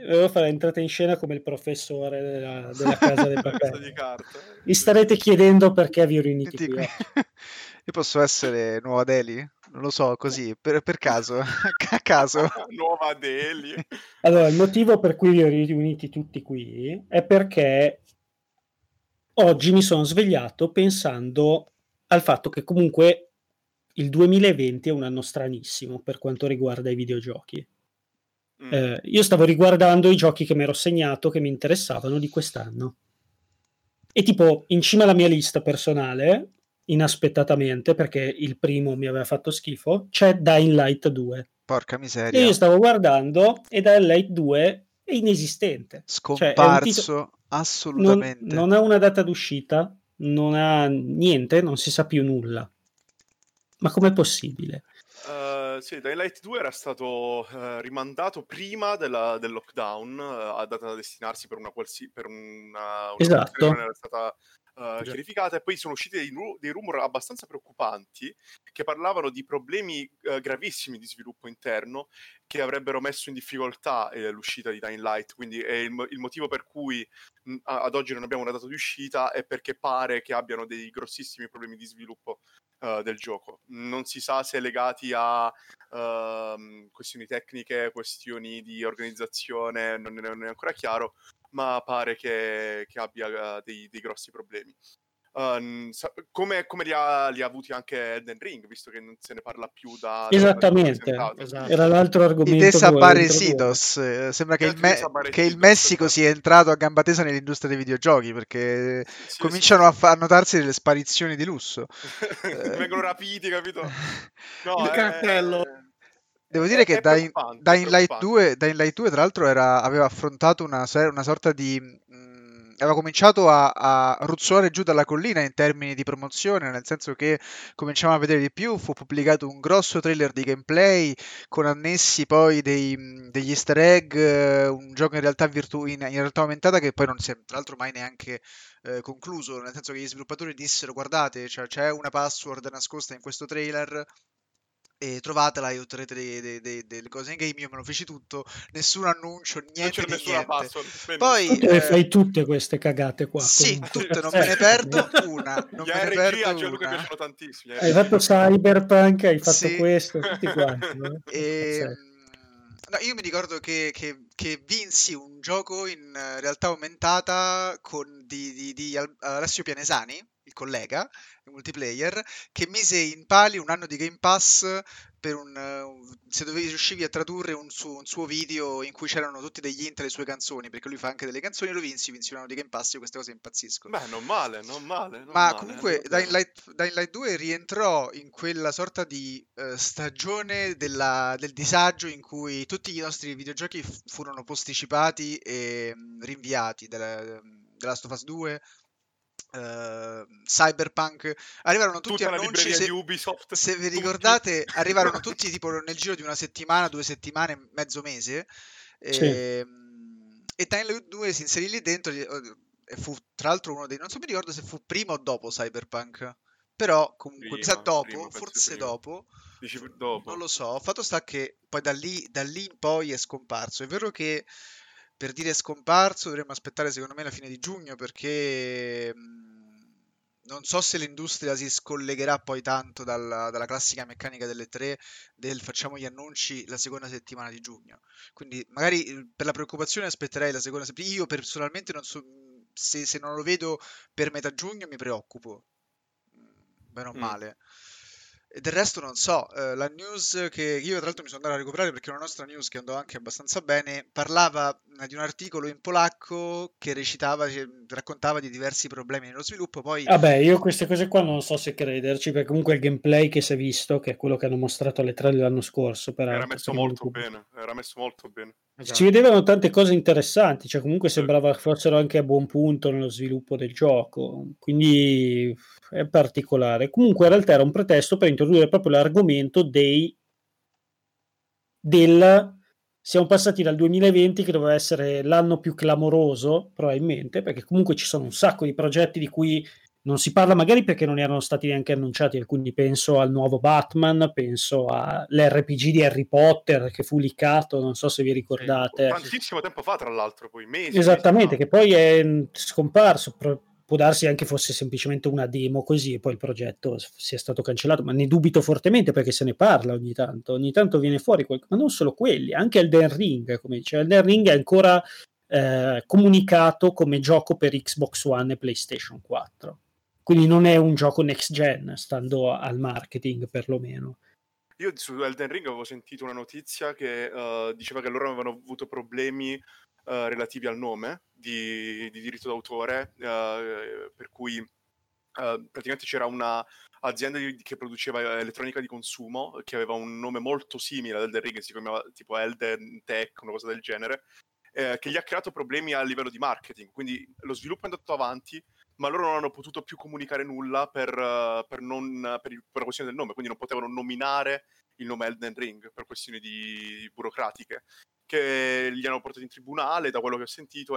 Devo fare entrata in scena come il professore della casa del La casa papà. di carta. Vi starete chiedendo perché vi ho riuniti qui oggi. Io posso essere Nuova Delhi? Non lo so, così, per caso, a caso. Nuova Delhi. Allora, il motivo per cui vi ho riuniti tutti qui è perché oggi mi sono svegliato pensando al fatto che comunque il 2020 è un anno stranissimo per quanto riguarda i videogiochi. Io stavo riguardando i giochi che mi ero segnato, che mi interessavano di quest'anno. E tipo, in cima alla mia lista personale, inaspettatamente, perché il primo mi aveva fatto schifo, c'è Dying Light 2. Porca E miseria. io stavo guardando e Dying Light 2 è inesistente. Cioè, è un Scomparso assolutamente. non ha una data d'uscita, non ha niente, non si sa più nulla. Ma com'è possibile? Sì, Dying Light 2 era stato rimandato prima del lockdown, a data da destinarsi per una Esatto. che non era stata chiarificata, e poi sono usciti dei rumor abbastanza preoccupanti che parlavano di problemi gravissimi di sviluppo interno che avrebbero messo in difficoltà l'uscita di Dying Light, quindi è il motivo per cui ad oggi non abbiamo una data di uscita, è perché pare che abbiano dei grossissimi problemi di sviluppo del gioco. Non si sa se legati a questioni tecniche, questioni di organizzazione, non è ancora chiaro, ma pare che abbia dei grossi problemi. Come li ha avuti anche Elden Ring, visto che non se ne parla più da Esattamente, presentato. era l'altro argomento che Idesa volevo introdurre. Baresidos. Sembra che Idesa che il Baresidos, Messico esatto. sia entrato a gamba tesa nell'industria dei videogiochi, perché Sì, cominciano sì. a notarsi delle sparizioni di lusso. Vengono rapiti, capito? No, Il cartello. Devo dire che è preoccupante, è Dying Light preoccupante. 2, Dying Light 2 tra l'altro aveva affrontato una sorta di... aveva cominciato a ruzzolare giù dalla collina in termini di promozione, nel senso che cominciamo a vedere di più, fu pubblicato un grosso trailer di gameplay con annessi poi degli easter egg, un gioco in realtà, in realtà aumentata che poi non si è tra l'altro mai neanche concluso, nel senso che gli sviluppatori dissero guardate, cioè, c'è una password nascosta in questo trailer e trovatela e otterrete delle cose in game. Io me lo feci tutto, nessun annuncio, Non niente c'è di nessuna niente. password. Poi Tu te le fai tutte queste cagate qua. sì, Comunque. tutte, non me ne perdo una, non Gli me ne ARG a perdo Gianluca una. piacciono tantissimo. Hai fatto Cyberpunk, hai fatto Sì. questo, tutti quanti. E, Pazzesco. no, io mi ricordo che vinsi un gioco in realtà aumentata di Alessio Pianesani, il collega, il multiplayer, che mise in pali un anno di Game Pass per se riuscivi a tradurre un suo video in cui c'erano tutti degli int alle sue canzoni, perché lui fa anche delle canzoni, lo vinsi un anno di Game Pass, io queste cose impazzisco. Beh, non male, non male. Ma comunque Davvero. Dying Light 2 rientrò in quella sorta di stagione del disagio in cui tutti i nostri videogiochi furono posticipati e rinviati. The Last of Us 2, Cyberpunk, arrivarono tutti Tutta la annunci, libreria di Ubisoft. se vi Tutti. ricordate, arrivarono tutti tipo nel giro di una settimana, 2 settimane, mezzo mese. Sì. E Dying Light 2 si inserì lì dentro e fu tra l'altro uno dei... non so, mi ricordo se fu prima o dopo Cyberpunk, però comunque mi sa dopo, forse prima. dopo, Dici dopo. non lo so. Fatto sta che poi da lì in poi è scomparso. È vero che per dire scomparso dovremmo aspettare secondo me la fine di giugno, perché non so se l'industria si scollegherà poi tanto dalla classica meccanica delle tre del facciamo gli annunci la seconda settimana di giugno. Quindi magari per la preoccupazione aspetterei la seconda settimana. Io personalmente non so, se non lo vedo per metà giugno mi preoccupo, bene o male. E del resto non so, la news che io tra l'altro mi sono andato a recuperare perché una nostra news che andò anche abbastanza bene parlava di un articolo in polacco che raccontava di diversi problemi nello sviluppo, poi Vabbè, io queste cose qua non so se crederci, perché comunque il gameplay che si è visto, che è quello che hanno mostrato alle 3 dell'anno scorso, Era peraltro, messo prima di molto pubblicare. bene. Era messo molto bene. Si vedevano tante cose interessanti, cioè comunque Sì. sembrava che fossero anche a buon punto nello sviluppo del gioco, quindi è particolare. Comunque in realtà era un pretesto per introdurre proprio l'argomento siamo passati dal 2020 che doveva essere l'anno più clamoroso, probabilmente, perché comunque ci sono un sacco di progetti di cui Non si parla magari perché non erano stati neanche annunciati alcuni, penso al nuovo Batman, penso all'RPG di Harry Potter che fu leakato, non so se vi ricordate. Tantissimo tempo fa, tra l'altro, poi mesi. Esattamente, che poi è scomparso. Può darsi anche fosse semplicemente una demo così e poi il progetto sia stato cancellato, ma ne dubito fortemente perché se ne parla ogni tanto viene fuori ma non solo quelli, anche Elden Ring, come dice Elden Ring è ancora comunicato come gioco per Xbox One e PlayStation 4, quindi non è un gioco next gen, stando al marketing perlomeno. Io su Elden Ring avevo sentito una notizia che diceva che loro avevano avuto problemi relativi al nome di diritto d'autore, per cui praticamente c'era una azienda che produceva elettronica di consumo che aveva un nome molto simile ad Elden Ring, che si chiamava tipo Elden Tech, una cosa del genere, che gli ha creato problemi a livello di marketing. Quindi lo sviluppo è andato avanti, ma loro non hanno potuto più comunicare nulla per la questione del nome, quindi non potevano nominare il nome Elden Ring per questioni burocratiche, che li hanno portati in tribunale, da quello che ho sentito,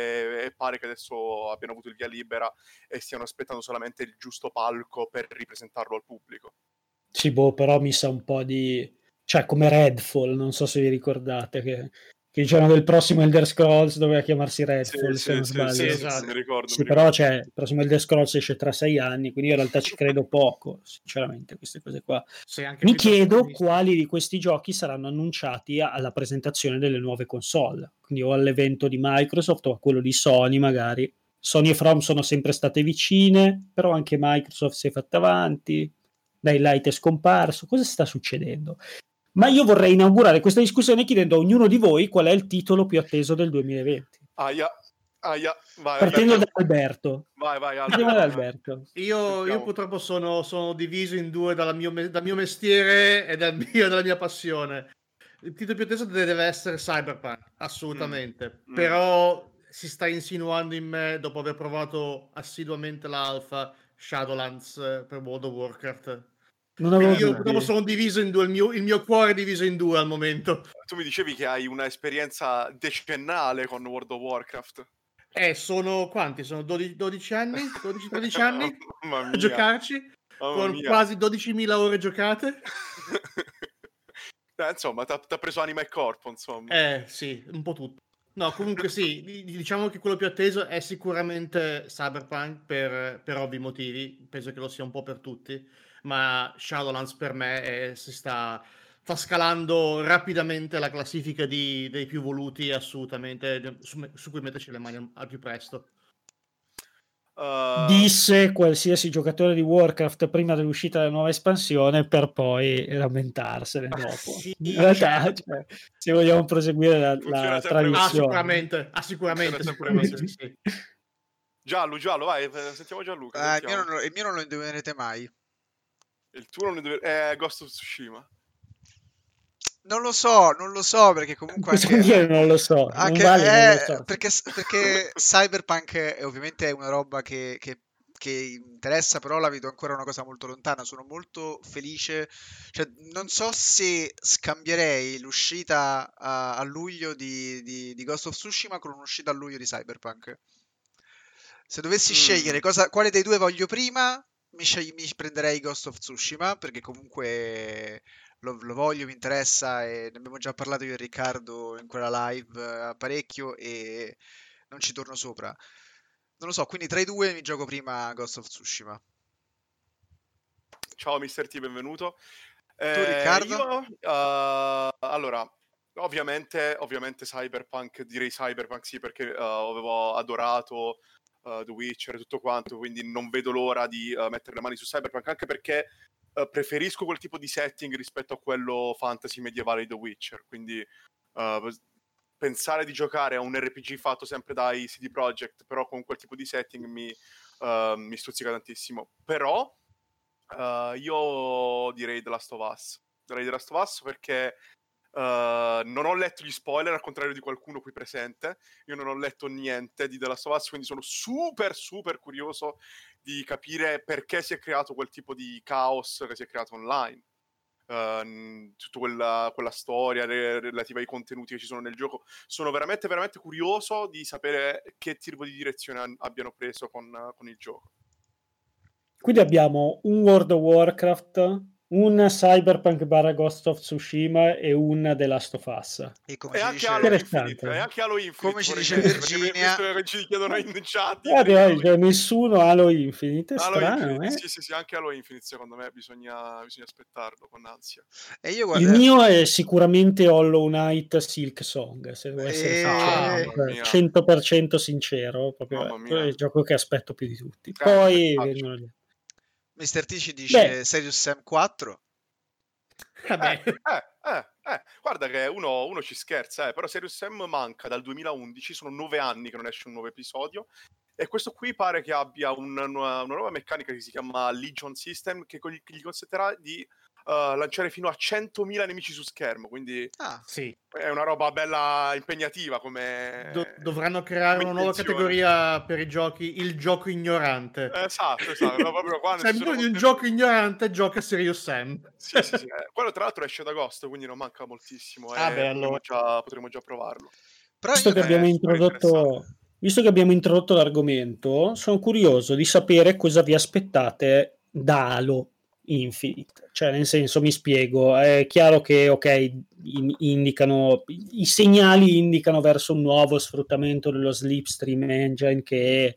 e pare che adesso abbiano avuto il via libera e stiano aspettando solamente il giusto palco per ripresentarlo al pubblico. Sì, però mi sa un po' di... cioè come Redfall, non so se vi ricordate che dicevano del prossimo Elder Scrolls doveva chiamarsi Redfall, se non sbaglio. Sì, esatto. mi ricordo. Sì, però il prossimo Elder Scrolls esce tra 6 anni, quindi io in realtà ci credo poco, sinceramente, queste cose qua. Mi chiedo quali di questi giochi saranno annunciati alla presentazione delle nuove console, quindi o all'evento di Microsoft o a quello di Sony magari. Sony e From sono sempre state vicine, però anche Microsoft si è fatta avanti, Daylight è scomparso, cosa sta succedendo? Ma io vorrei inaugurare questa discussione chiedendo a ognuno di voi qual è il titolo più atteso del 2020. Vai, partendo da Alberto. Vai, Partiamo da Alberto. Io purtroppo sono diviso in due dal mio mestiere e dalla mia passione. Il titolo più atteso deve essere Cyberpunk, assolutamente. Però si sta insinuando in me, dopo aver provato assiduamente l'alfa, Shadowlands per World of Warcraft. Io purtroppo sono diviso in due, il mio cuore è diviso in due al momento. Tu mi dicevi che hai una esperienza decennale con World of Warcraft. Sono quanti? Sono 12 anni? 12-13 anni a giocarci? Con quasi 12.000 ore giocate? Insomma, t'ha preso anima e corpo, insomma. Sì, un po' tutto. No, comunque sì, diciamo che quello più atteso è sicuramente Cyberpunk per ovvi motivi, penso che lo sia un po' per tutti, ma Shadowlands per me sta scalando rapidamente la classifica dei più voluti, assolutamente, su cui metterci le mani al più presto. Disse qualsiasi giocatore di Warcraft prima dell'uscita della nuova espansione per poi lamentarsene dopo. Sì, in realtà, cioè, se vogliamo proseguire la tradizione. Sicuramente sì. Giallo, vai, sentiamo Gianluca. Il mio non lo indovinerete mai. Il tuo è Ghost of Tsushima. Non lo so, perché comunque anche, non lo so, anche, non vale, non lo so. perché Cyberpunk è ovviamente una roba che interessa, però la vedo ancora una cosa molto lontana. Sono molto felice, cioè, non so se scambierei l'uscita a luglio di Ghost of Tsushima con un'uscita a luglio di Cyberpunk. Se dovessi scegliere quale dei due voglio prima, mi prenderei Ghost of Tsushima, perché comunque lo voglio, mi interessa, e ne abbiamo già parlato io e Riccardo in quella live parecchio e non ci torno sopra. Non lo so, quindi tra i due mi gioco prima Ghost of Tsushima. Ciao Mr. T, benvenuto. Tu Riccardo? Allora, ovviamente Cyberpunk, direi Cyberpunk sì, perché avevo adorato The Witcher e tutto quanto, quindi non vedo l'ora di mettere le mani su Cyberpunk, anche perché preferisco quel tipo di setting rispetto a quello fantasy medievale di The Witcher, quindi pensare di giocare a un RPG fatto sempre dai CD Projekt, però con quel tipo di setting mi stuzzica tantissimo. Però io direi The Last of Us. Direi The Last of Us perché non ho letto gli spoiler, al contrario di qualcuno qui presente. Io non ho letto niente di The Last of Us, quindi sono super curioso di capire perché si è creato quel tipo di caos che si è creato online. Tutta quella storia relativa ai contenuti che ci sono nel gioco. Sono veramente curioso di sapere che tipo di direzione abbiano preso con il gioco. Quindi abbiamo un World of Warcraft, un Cyberpunk / Ghost of Tsushima e un The Last of Us. E come E ci anche dice, Halo Interessante. Infinite, e anche Halo Infinite, come ci vorrei dice mettere, perché Virginia, visto che ci chiedono in chat, Guarda, Halo cioè, nessuno Halo Infinite, è Halo strano, Infinite, sì, anche Halo Infinite secondo me bisogna aspettarlo con ansia. e io Il guarda, mio è sicuramente Hollow Knight Silk Song, se devo essere E- sincero, mia. 100% sincero, proprio Mamma è mia. il gioco che aspetto più di tutti. Poi infatti. vengono gli... Mr. T ci Beh, dice Serious Sam 4. Vabbè. Guarda che uno ci scherza, però Serious Sam manca dal 2011, sono 9 anni che non esce un nuovo episodio, e questo qui pare che abbia una nuova meccanica che si chiama Legion System, che gli consentirà di lanciare fino a 100.000 nemici su schermo, quindi Ah, Sì, è una roba bella impegnativa come dovranno creare una nuova intenzione. categoria per i giochi, il gioco ignorante. Esatto, proprio qua Se hai bisogno di un gioco ignorante, gioca Serious Sam. Sì. Quello tra l'altro esce ad agosto, quindi non manca moltissimo Ah, e beh, allora. potremo già provarlo. però visto io che abbiamo super interessante. visto che abbiamo introdotto l'argomento, sono curioso di sapere cosa vi aspettate da Halo Infinite. Cioè, nel senso, mi spiego, è chiaro che, ok, indicano, i segnali indicano verso un nuovo sfruttamento dello Slipstream Engine che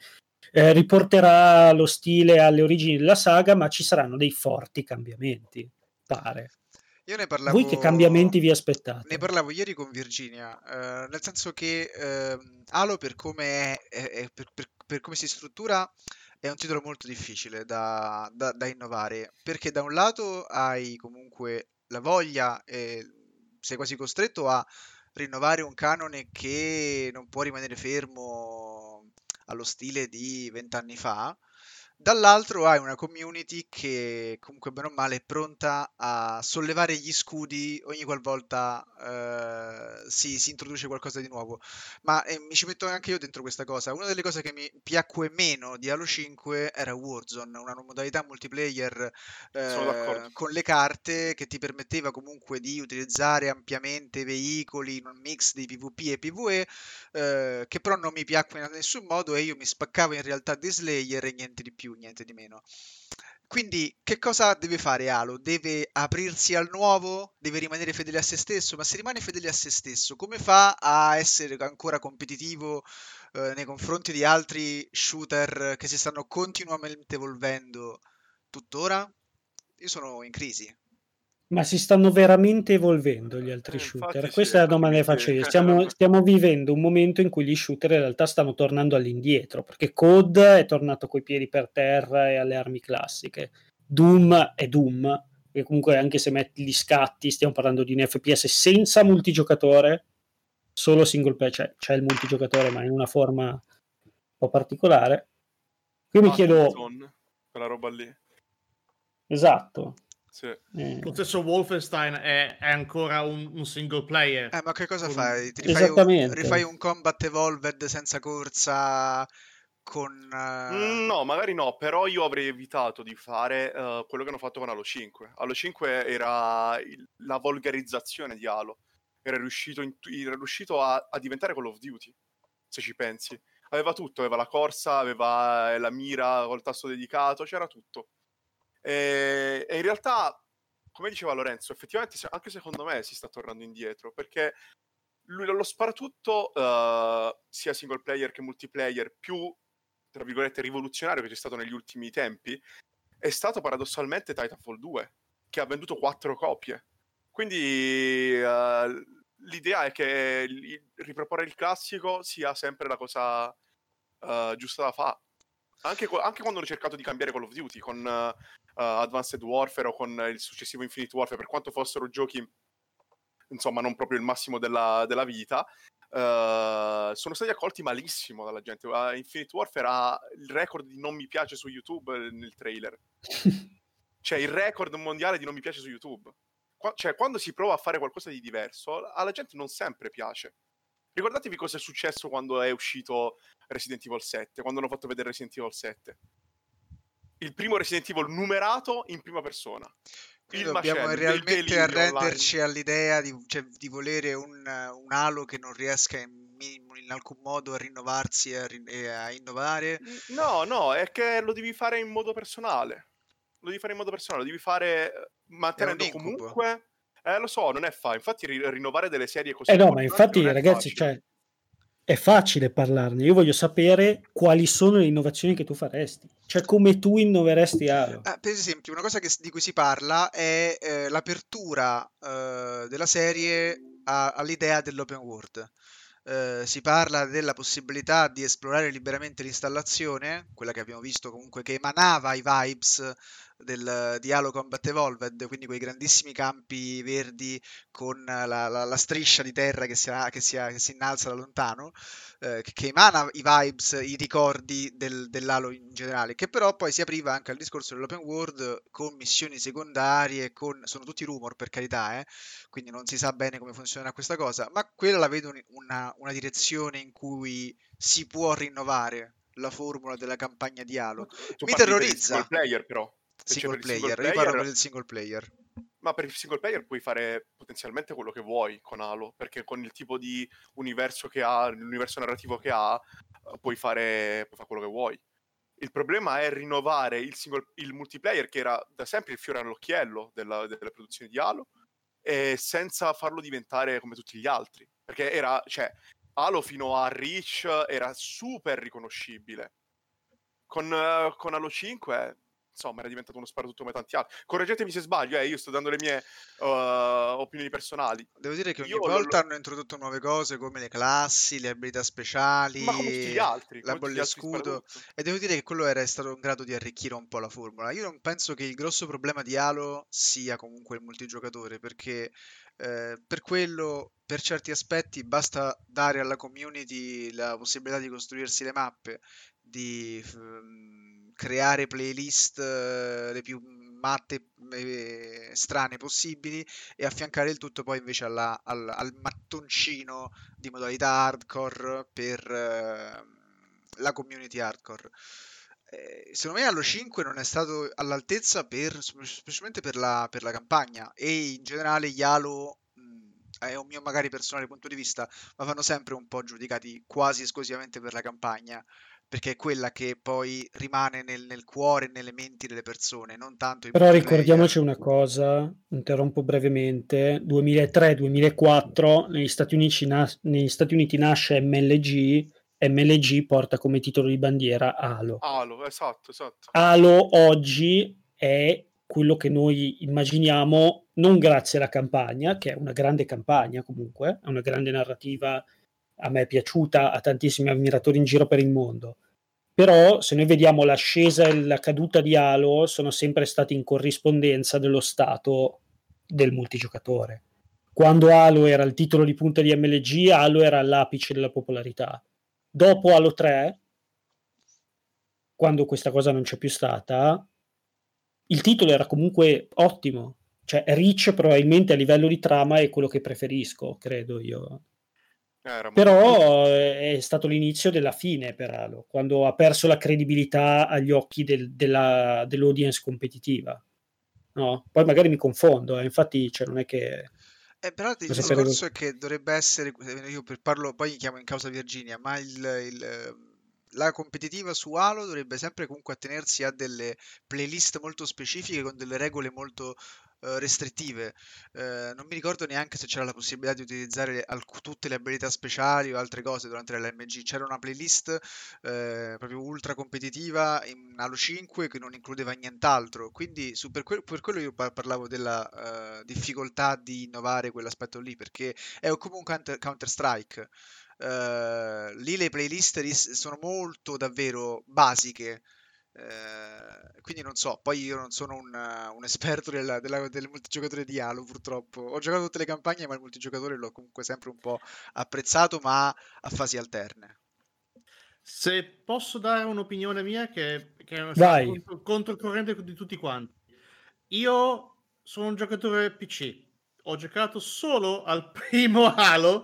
riporterà lo stile alle origini della saga, ma ci saranno dei forti cambiamenti, pare. Io ne Voi che cambiamenti vi Ne aspettate? parlavo ieri con Virginia, nel senso che Halo per come per come si struttura è un titolo molto difficile da innovare, perché da un lato hai comunque la voglia e sei quasi costretto a rinnovare un canone che non può rimanere fermo allo stile di 20 anni fa. Dall'altro hai una community che comunque bene o male è pronta a sollevare gli scudi ogni qualvolta si introduce qualcosa di nuovo. Ma mi ci metto anche io dentro questa cosa. Una delle cose che mi piacque meno di Halo 5 era Warzone, una modalità multiplayer Sono d'accordo. con le carte che ti permetteva comunque di utilizzare ampiamente veicoli in un mix di PvP e PvE, che però non mi piacque in nessun modo e io mi spaccavo in realtà di Slayer e niente di più, niente di meno. Quindi, che cosa deve fare Halo? Deve aprirsi al nuovo? Deve rimanere fedele a se stesso? Ma se rimane fedele a se stesso, come fa a essere ancora competitivo nei confronti di altri shooter che si stanno continuamente evolvendo tuttora? Io sono in crisi. Ma si stanno veramente evolvendo gli altri shooter? Infatti sì, Questa è la domanda che faccio io. Stiamo vivendo un momento in cui gli shooter in realtà stanno tornando all'indietro, perché COD è tornato coi piedi per terra e alle armi classiche. Doom è Doom, e comunque anche se metti gli scatti, stiamo parlando di un FPS senza multigiocatore, solo single player, cioè c'è il multigiocatore ma in una forma un po' particolare. Qui mi chiedo... quella roba lì. Esatto. Sì. Lo stesso Wolfenstein è ancora un single player. Ma che cosa fai? Ti Esattamente. rifai un Combat Evolved senza corsa con... No, magari no, però io avrei evitato di fare quello che hanno fatto con Halo 5. Halo 5 era la volgarizzazione di Halo. Era riuscito a diventare Call of Duty, se ci pensi. Aveva tutto, aveva la corsa, aveva la mira col tasto dedicato, c'era tutto. E in realtà, come diceva Lorenzo, effettivamente anche secondo me si sta tornando indietro, perché lo sparatutto, sia single player che multiplayer, più, tra virgolette, rivoluzionario che c'è stato negli ultimi tempi, è stato paradossalmente Titanfall 2, che ha venduto 4 copie. Quindi l'idea è che riproporre il classico sia sempre la cosa giusta da fare. Anche quando hanno cercato di cambiare Call of Duty con Advanced Warfare o con il successivo Infinite Warfare, per quanto fossero giochi insomma non proprio il massimo della vita, sono stati accolti malissimo dalla gente. Infinite Warfare ha il record di non mi piace su YouTube nel trailer. Cioè il record mondiale di non mi piace su YouTube. Cioè quando si prova a fare qualcosa di diverso, alla gente non sempre piace. Ricordatevi cosa è successo quando è uscito Resident Evil 7, quando hanno fatto vedere Resident Evil 7. Il primo Resident Evil numerato in prima persona. Quindi dobbiamo realmente arrenderci all'idea di volere un Halo che non riesca in in alcun modo a rinnovarsi e a innovare? No, è che lo devi fare in modo personale. Lo devi fare in modo personale, lo devi fare mantenendo incubo. comunque... lo so, non è facile. Infatti rinnovare delle serie così no, ma importanti non infatti, è ragazzi, facile. cioè, è facile parlarne. Io voglio sapere quali sono le innovazioni che tu faresti. Cioè, come tu innoveresti Halo. Per esempio, una cosa di cui si parla è l'apertura della serie all'idea dell'open world. Si parla della possibilità di esplorare liberamente l'installazione, quella che abbiamo visto comunque che emanava i vibes di Halo Combat Evolved, quindi quei grandissimi campi verdi con la striscia di terra che si innalza da lontano, che emana i vibes, i ricordi dell'Halo in generale, che però poi si apriva anche al discorso dell'open world con missioni secondarie, sono tutti rumor per carità, quindi non si sa bene come funzionerà questa cosa, ma quella la vedo una direzione in cui si può rinnovare la formula della campagna di Halo. Tu Mi parli per il terrorizza. single player, però. Single Per il single player, io parlo per il single player. Ma per il single player puoi fare potenzialmente quello che vuoi con Halo, perché con il tipo di universo che ha, l'universo narrativo che ha, puoi fare quello che vuoi. Il problema è rinnovare il multiplayer, che era da sempre il fiore all'occhiello delle produzioni di Halo, e senza farlo diventare come tutti gli altri. Perché Halo fino a Reach era super riconoscibile. Con Halo 5, insomma, era diventato uno sparatutto come tanti altri. Correggetemi se sbaglio, io sto dando le mie opinioni personali. Devo dire che ogni volta hanno introdotto nuove cose come le classi, le abilità speciali, ma come tutti gli altri, la bolla e scudo, e devo dire che quello era stato in grado di arricchire un po' la formula. Io non penso che il grosso problema di Halo sia comunque il multigiocatore, perché per quello, per certi aspetti, basta dare alla community la possibilità di costruirsi le mappe, di creare playlist le più matte e strane possibili, e affiancare il tutto poi invece al mattoncino di modalità hardcore per la community hardcore. Secondo me Halo 5 non è stato all'altezza specialmente per la campagna, e in generale gli Halo, è un mio magari personale punto di vista, ma vanno sempre un po' giudicati quasi esclusivamente per la campagna, perché è quella che poi rimane nel cuore e nelle menti delle persone, non tanto il Però multiplayer. ricordiamoci una cosa, interrompo brevemente, 2003-2004 negli Stati Uniti nasce MLG porta come titolo di bandiera Halo. Halo, esatto. Halo oggi è quello che noi immaginiamo, non grazie alla campagna, che è una grande campagna comunque, è una grande narrativa, a me è piaciuta, a tantissimi ammiratori in giro per il mondo. Però se noi vediamo l'ascesa e la caduta di Halo sono sempre stati in corrispondenza dello stato del multigiocatore. Quando Halo era il titolo di punta di MLG, Halo era all'apice della popolarità. Dopo Halo 3, quando questa cosa non c'è più stata, il titolo era comunque ottimo. Cioè Reach probabilmente a livello di trama è quello che preferisco, credo io. Però è stato l'inizio della fine per Halo, quando ha perso la credibilità agli occhi dell'audience competitiva. No? Poi magari mi confondo, infatti non è che... Però il discorso è che dovrebbe essere, io parlo, poi chiamo in causa Virginia, ma la competitiva su Halo dovrebbe sempre comunque attenersi a delle playlist molto specifiche con delle regole molto restrittive. Non mi ricordo neanche se c'era la possibilità di utilizzare tutte le abilità speciali o altre cose durante l'LMG. C'era una playlist proprio ultra competitiva in Halo 5 che non includeva nient'altro, quindi per quello io parlavo della difficoltà di innovare quell'aspetto lì, perché è come un Counter-Strike. Lì le playlist sono molto davvero basiche, quindi non so, poi io non sono un esperto del multigiocatore di Halo, purtroppo. Ho giocato tutte le campagne, ma il multigiocatore l'ho comunque sempre un po' apprezzato, ma a fasi alterne. Se posso dare un'opinione mia che è una controcorrente di tutti quanti. Io sono un giocatore PC. Ho giocato solo al primo Halo.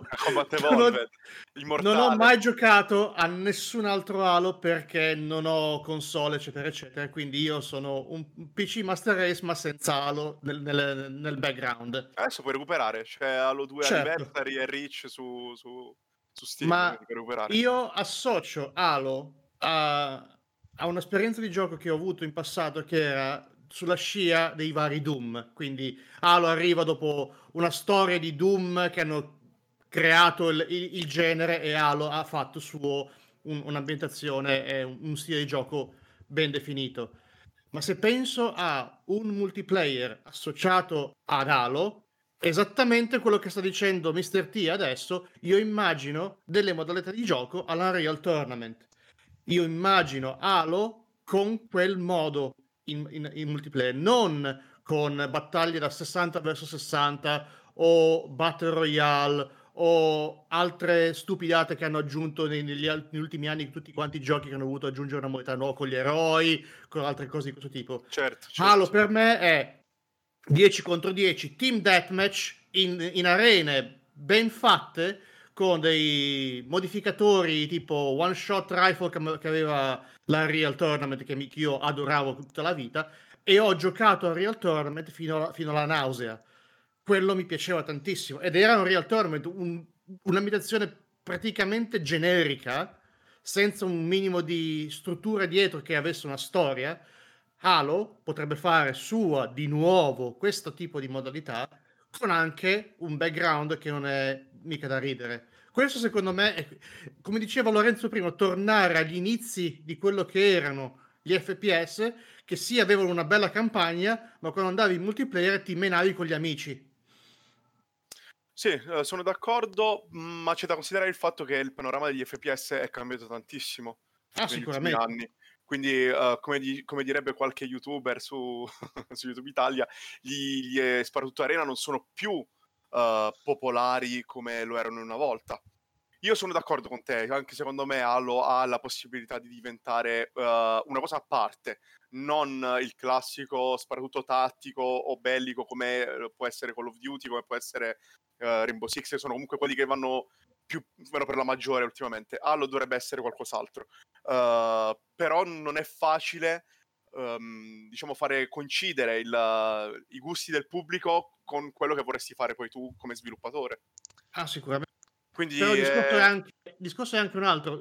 Non ho mai giocato a nessun altro Halo perché non ho console, eccetera, eccetera. Quindi io sono un PC Master Race, ma senza Halo nel background. Adesso puoi recuperare. C'è Halo 2 Anniversary e Reach su su Steam Ma per recuperare. io associo Halo a un'esperienza di gioco che ho avuto in passato che era sulla scia dei vari Doom. Quindi Halo arriva dopo una storia di Doom che hanno creato il genere, e Halo ha fatto suo un'ambientazione e un stile di gioco ben definito. Ma se penso a un multiplayer associato ad Halo, esattamente quello che sta dicendo Mr. T adesso, io immagino delle modalità di gioco all'Unreal Tournament. Io immagino Halo con quel modo in multiplayer, non con battaglie da 60 vs 60 o Battle Royale o altre stupidate che hanno aggiunto negli ultimi anni, tutti quanti i giochi che hanno voluto aggiungere una modalità nuova con gli eroi, con altre cose di questo tipo. Certo. Halo per me è 10 contro 10 team deathmatch in arene ben fatte, con dei modificatori tipo one shot rifle che aveva la Real Tournament, che io adoravo tutta la vita, e ho giocato a Real Tournament fino alla nausea. Quello mi piaceva tantissimo, ed era un Real Tournament, un'ambientazione praticamente generica, senza un minimo di struttura dietro che avesse una storia. Halo potrebbe fare sua di nuovo questo tipo di modalità, con anche un background che non è mica da ridere. Questo secondo me è, come diceva Lorenzo prima, tornare agli inizi di quello che erano gli FPS, che sì avevano una bella campagna, ma quando andavi in multiplayer ti menavi con gli amici. Sì, sono d'accordo, ma c'è da considerare il fatto che il panorama degli FPS è cambiato tantissimo negli ultimi Sicuramente. anni. Quindi, come direbbe qualche YouTuber su YouTube Italia, gli Sparatutto Arena non sono più popolari come lo erano una volta. Io sono d'accordo con te, anche secondo me Halo ha la possibilità di diventare una cosa a parte, non il classico sparatutto tattico o bellico come può essere Call of Duty, come può essere Rainbow Six, sono comunque quelli che vanno per la maggiore ultimamente. Halo dovrebbe essere qualcos'altro, però non è facile diciamo fare coincidere i gusti del pubblico con quello che vorresti fare poi tu come sviluppatore. Sicuramente. Quindi Però il discorso è anche un altro.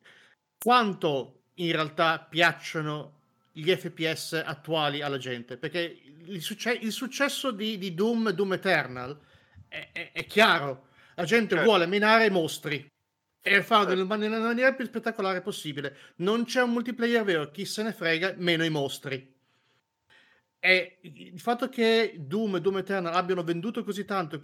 Quanto in realtà piacciono gli FPS attuali alla gente? Perché il successo di Doom Eternal è chiaro. La gente certo, vuole menare mostri e farlo certo. nella maniera più spettacolare possibile. Non c'è un multiplayer vero, chi se ne frega, meno i mostri. E il fatto che Doom e Doom Eternal abbiano venduto così tanto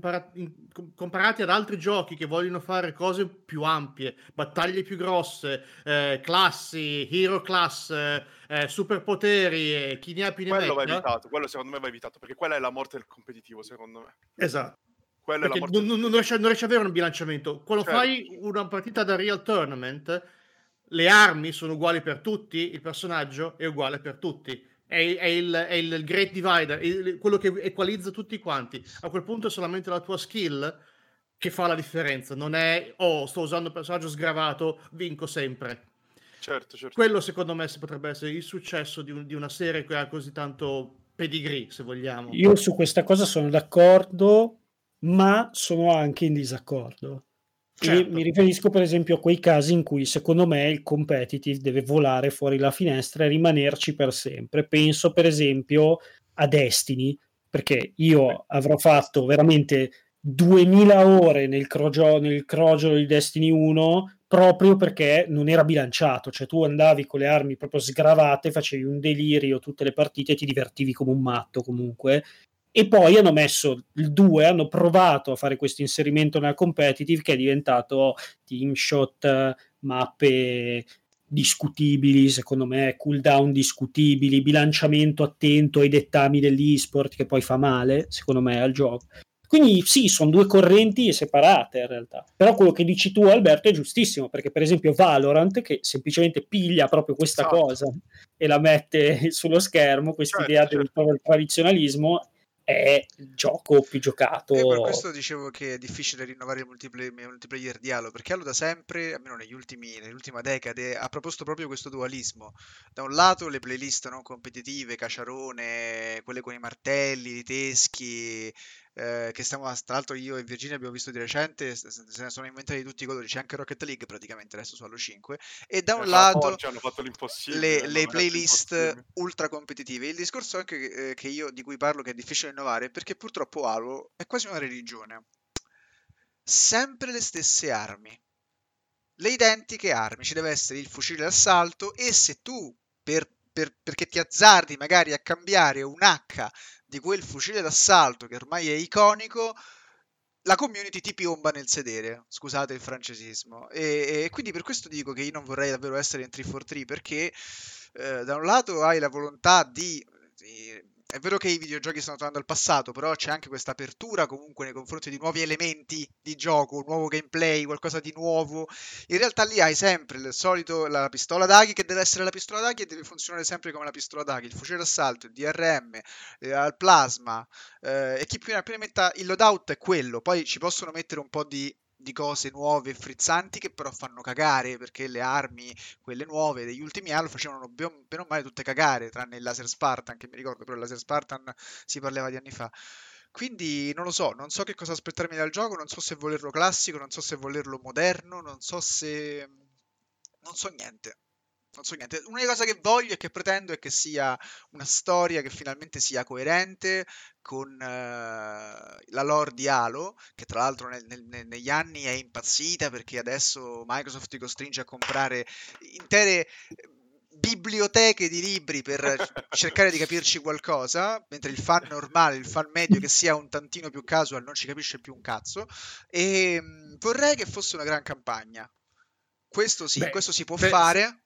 comparati ad altri giochi che vogliono fare cose più ampie, battaglie più grosse, classi, hero class, superpoteri, chi ne ha più ne Quello va metta. evitato, quello secondo me va evitato, perché quella è la morte del competitivo, secondo me. Esatto. Quella è la Perché morte non riesci a avere un bilanciamento. Quando certo, fai una partita da Real Tournament, le armi sono uguali per tutti, il personaggio è uguale per tutti. È il Great Divider, quello che equalizza tutti quanti. A quel punto è solamente la tua skill che fa la differenza. Non è, sto usando un personaggio sgravato, vinco sempre. certo. Quello secondo me potrebbe essere il successo di una serie che ha così tanto pedigree, se vogliamo. Io su questa cosa sono d'accordo, ma sono anche in disaccordo. Certo. E mi riferisco per esempio a quei casi in cui secondo me il competitive deve volare fuori la finestra e rimanerci per sempre. Penso per esempio a Destiny, perché io avrò fatto veramente 2000 ore nel crogiolo di Destiny 1 proprio perché non era bilanciato, cioè tu andavi con le armi proprio sgravate, facevi un delirio tutte le partite e ti divertivi come un matto comunque. E poi hanno messo il 2, hanno provato a fare questo inserimento nella competitive che è diventato team shot, mappe discutibili, secondo me, cooldown discutibili, bilanciamento attento ai dettami dell'esport che poi fa male, secondo me, al gioco. Quindi sì, sono due correnti separate in realtà. Però quello che dici tu, Alberto, è giustissimo, perché per esempio Valorant, che semplicemente piglia proprio questa Esatto. cosa e la mette sullo schermo, questa idea del tradizionalismo, è il gioco più giocato. Per questo dicevo che è difficile rinnovare il multiplayer di Halo, perché Halo da sempre, almeno nell'ultima decade, ha proposto proprio questo dualismo. Da un lato le playlist non competitive, Caciarone, quelle con i martelli, i teschi, che stiamo, tra l'altro io e Virginia abbiamo visto di recente, se ne sono inventati di tutti i colori, c'è anche Rocket League praticamente adesso su Halo 5, e da un Con la lato Forge hanno fatto l'impossibile, hanno le fatto playlist l'impossibile. ultra competitive. Il discorso anche che io di cui parlo che è difficile innovare è perché purtroppo Halo è quasi una religione. Sempre le stesse armi, le identiche armi, ci deve essere il fucile d'assalto e se tu perché ti azzardi magari a cambiare un H di quel fucile d'assalto che ormai è iconico, la community ti piomba nel sedere, scusate il francesismo. E quindi per questo dico che io non vorrei davvero essere in 343 perché da un lato hai la volontà è vero che i videogiochi stanno tornando al passato, però c'è anche questa apertura comunque nei confronti di nuovi elementi di gioco, un nuovo gameplay, qualcosa di nuovo. In realtà lì hai sempre il solito, la pistola d'aghi che deve essere la pistola d'aghi e deve funzionare sempre come la pistola d'aghi, il fucile d'assalto, il DRM, il plasma, e chi più ne ha più ne metta il loadout è quello. Poi ci possono mettere un po' di cose nuove e frizzanti che però fanno cagare perché le armi, quelle nuove degli ultimi Halo, facevano bene o male tutte cagare, tranne il laser Spartan, che mi ricordo, però il laser Spartan si parleva di anni fa. Quindi non lo so, non so che cosa aspettarmi dal gioco, non so se volerlo classico, non so se volerlo moderno, non so se... non so niente. Non so niente. L'unica cosa che voglio e che pretendo è che sia una storia che finalmente sia coerente con la lore di Halo, che tra l'altro negli anni è impazzita perché adesso Microsoft ti costringe a comprare intere biblioteche di libri per cercare di capirci qualcosa, mentre il fan normale, il fan medio che sia un tantino più casual non ci capisce più un cazzo. E vorrei che fosse una gran campagna. Questo sì, Beh, questo si può beh, fare.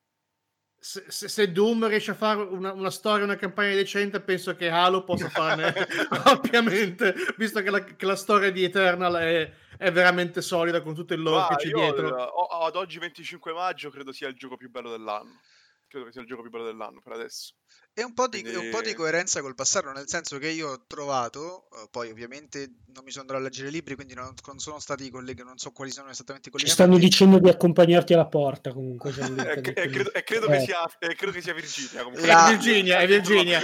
se Doom riesce a fare una storia, una campagna decente, penso che Halo possa farne ampiamente, visto che la storia di Eternal è veramente solida con tutto il lore che c'è Io dietro. ad oggi 25 maggio credo sia il gioco più bello dell'anno. Credo che sia il gioco più bello dell'anno per adesso. E Quindi un po' di coerenza col passato, nel senso che io ho trovato, poi ovviamente non mi sono andato a leggere libri, quindi non sono stati collegati, non so quali sono esattamente i Ci stanno collegamenti. dicendo di accompagnarti alla porta comunque, Gianluca. credo che sia Virginia comunque. È Virginia, è Virginia.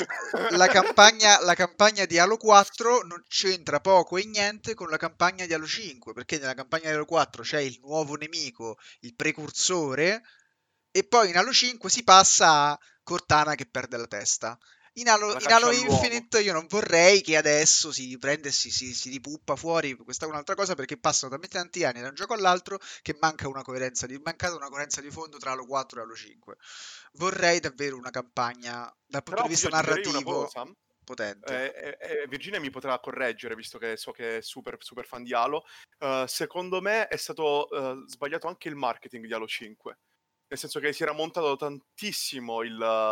La campagna di Halo 4 non c'entra poco e niente con la campagna di Halo 5, perché nella campagna di Halo 4 c'è il nuovo nemico, il precursore, e poi in Halo 5 si passa a Cortana che perde la testa. In La Halo caccia all'uomo. Infinite io non vorrei che adesso si riprende e si ripuppa fuori, questa è un'altra cosa perché passano talmente tanti anni da un gioco all'altro che manca una coerenza mancata una coerenza di fondo tra Halo 4 e Halo 5. Vorrei davvero una campagna dal punto Però di vista io aggiungerei una narrativo cosa. potente. Virginia mi potrà correggere, visto che so che è super, super fan di Halo. Secondo me è stato sbagliato anche il marketing di Halo 5. Nel senso che si era montato tantissimo